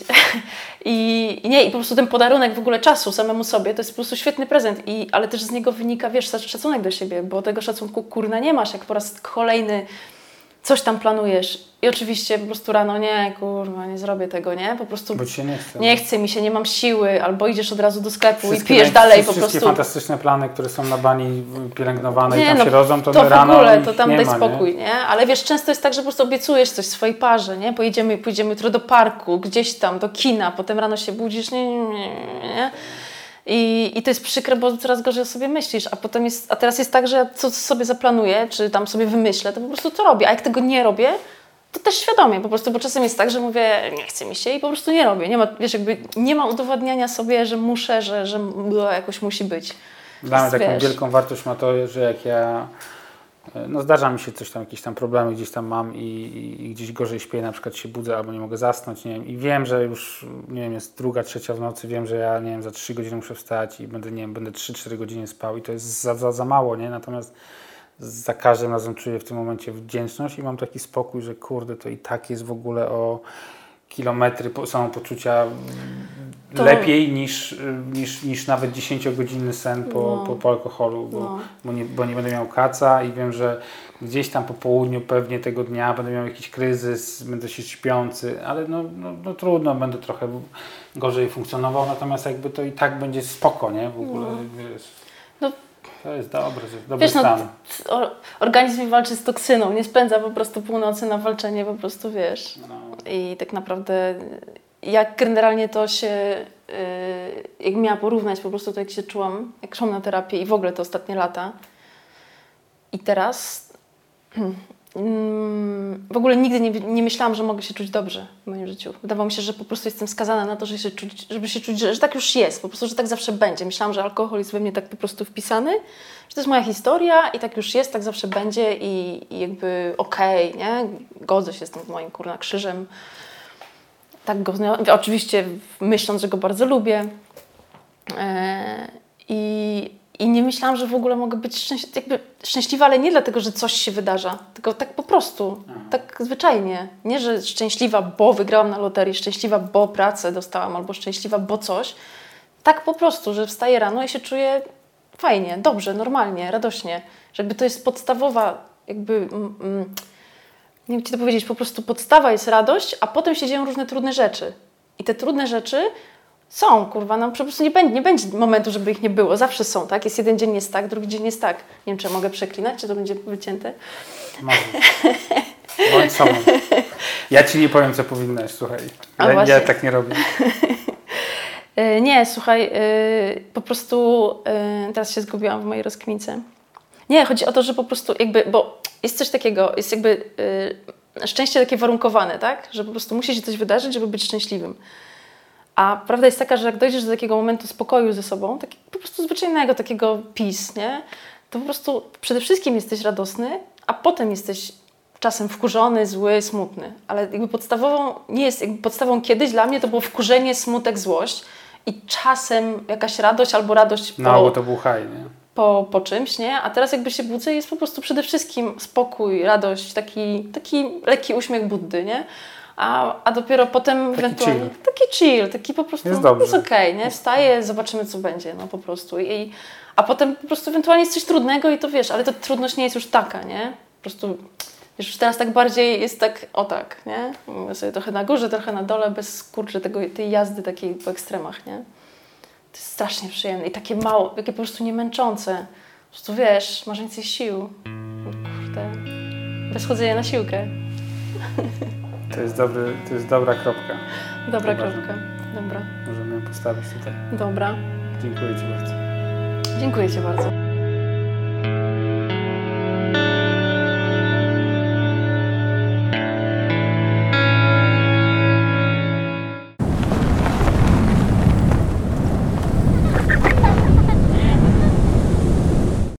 S2: I, i nie, i po prostu ten podarunek w ogóle czasu samemu sobie, to jest po prostu świetny prezent, I, ale też z niego wynika, wiesz, szacunek do siebie, bo tego szacunku kurna nie masz, jak po raz kolejny coś tam planujesz i oczywiście po prostu rano nie, kurwa, nie zrobię tego, nie? Po prostu
S3: bo ci się nie chce.
S2: Nie chce mi się, nie mam siły, albo idziesz od razu do sklepu wszystkie i pijesz dalej po prostu.
S3: Wszystkie fantastyczne plany, które są na bani pielęgnowane nie, i tam
S2: no,
S3: się rodzą, to,
S2: to
S3: rano
S2: w ogóle, to tam
S3: nie
S2: daj
S3: ma,
S2: spokój,
S3: nie?
S2: nie? Ale wiesz, często jest tak, że po prostu obiecujesz coś swojej parze, nie? Pojedziemy, pójdziemy jutro do parku, gdzieś tam, do kina, potem rano się budzisz, nie, nie, nie, nie. I, I to jest przykre, bo coraz gorzej o sobie myślisz, a potem jest, a teraz jest tak, że ja co sobie zaplanuję, czy tam sobie wymyślę, to po prostu to robię, a jak tego nie robię, to też świadomie po prostu, bo czasem jest tak, że mówię, nie chce mi się i po prostu nie robię, nie ma, wiesz, jakby nie ma udowadniania sobie, że muszę, że, że jakoś musi być.
S3: Dla mnie taką wiesz, wielką wartość ma to, że jak ja no zdarza mi się coś tam, jakieś tam problemy gdzieś tam mam i, i, i gdzieś gorzej śpię, na przykład się budzę albo nie mogę zasnąć, nie wiem, i wiem, że już, nie wiem, jest druga, trzecia w nocy, wiem, że ja, nie wiem, za trzy godziny muszę wstać i będę, nie wiem, będę trzy cztery godziny spał i to jest za, za, za mało, nie, natomiast za każdym razem czuję w tym momencie wdzięczność i mam taki spokój, że kurde, to i tak jest w ogóle o kilometry samopoczucia to... lepiej niż, niż, niż nawet dziesięciogodzinny sen po, no. po, po alkoholu, bo, no. bo, nie, bo nie będę miał kaca i wiem, że gdzieś tam po południu pewnie tego dnia będę miał jakiś kryzys, będę się śpiący, ale no, no, no trudno, będę trochę gorzej funkcjonował, natomiast jakby to i tak będzie spoko, nie? W ogóle, no. wiesz,
S2: no.
S3: To jest dobry, dobry
S2: wiesz,
S3: stan.
S2: No, organizm walczy z toksyną, nie spędza po prostu północy na walczenie, po prostu wiesz. No. I tak naprawdę jak generalnie to się, yy, jak miała porównać po prostu to jak się czułam, jak szłam na terapię i w ogóle te ostatnie lata. I teraz yy, w ogóle nigdy nie, nie myślałam, że mogę się czuć dobrze w moim życiu. Wydawało mi się, że po prostu jestem skazana na to, że się czuć, żeby się czuć, że, że tak już jest, po prostu, że tak zawsze będzie. Myślałam, że alkohol jest we mnie tak po prostu wpisany, że to jest moja historia i tak już jest, tak zawsze będzie i, i jakby okej, okay, nie? Godzę się z tym moim kurna krzyżem. tak go oczywiście myśląc, że go bardzo lubię. E, i, I nie myślałam, że w ogóle mogę być szczęś- jakby szczęśliwa, ale nie dlatego, że coś się wydarza, tylko tak po prostu, Aha. tak zwyczajnie. Nie, że szczęśliwa, bo wygrałam na loterii, szczęśliwa, bo pracę dostałam, albo szczęśliwa, bo coś. Tak po prostu, że wstaję rano i się czuję fajnie, dobrze, normalnie, radośnie. Że jakby to jest podstawowa, jakby, mm, mm, nie wiem, ci to powiedzieć, po prostu podstawa jest radość, a potem się dzieją różne trudne rzeczy. I te trudne rzeczy są, kurwa, no po prostu nie będzie, nie będzie momentu, żeby ich nie było. Zawsze są, tak? Jest jeden dzień jest tak, drugi dzień jest tak. Nie wiem, czy mogę przeklinać, czy to będzie wycięte.
S3: Możesz. Bądź sobą. Ja ci nie powiem, co powinnaś, słuchaj. Ja, ja tak nie robię.
S2: Nie, słuchaj, po prostu teraz się zgubiłam w mojej rozkmince. Nie, chodzi o to, że po prostu jakby, bo jest coś takiego, jest jakby szczęście takie warunkowane, tak? Że po prostu musi się coś wydarzyć, żeby być szczęśliwym. A prawda jest taka, że jak dojdziesz do takiego momentu spokoju ze sobą, tak po prostu zwyczajnego takiego peace, nie? To po prostu przede wszystkim jesteś radosny, a potem jesteś czasem wkurzony, zły, smutny. Ale jakby podstawową nie jest, jakby podstawą kiedyś dla mnie to było wkurzenie, smutek, złość i czasem jakaś radość albo radość po,
S3: no, bo to był haj, nie?
S2: Po, po czymś, nie? A teraz jakby się budzę jest po prostu przede wszystkim spokój, radość, taki, taki lekki uśmiech Buddy, nie? A, a dopiero potem
S3: taki
S2: ewentualnie...
S3: Chill.
S2: Taki chill, taki po prostu...
S3: Jest dobrze.
S2: Jest okej, okay, nie? Wstaję, zobaczymy co będzie, no po prostu. I, a potem po prostu ewentualnie jest coś trudnego i to wiesz, ale ta trudność nie jest już taka, nie? Po prostu... Wiesz, już teraz tak bardziej jest tak, o tak, nie? Mówię sobie trochę na górze, trochę na dole, bez kurczę tego, tej jazdy takiej po ekstremach, nie? To jest strasznie przyjemne i takie mało, takie po prostu nie męczące. Po prostu wiesz, masz więcej sił. Kurde, bez chodzenia na siłkę.
S3: To jest, dobry, to jest dobra kropka.
S2: Dobra kropka, dobra.
S3: Możemy ją postawić tutaj.
S2: Dobra.
S3: Dziękuję Ci bardzo.
S2: Dziękuję Ci bardzo.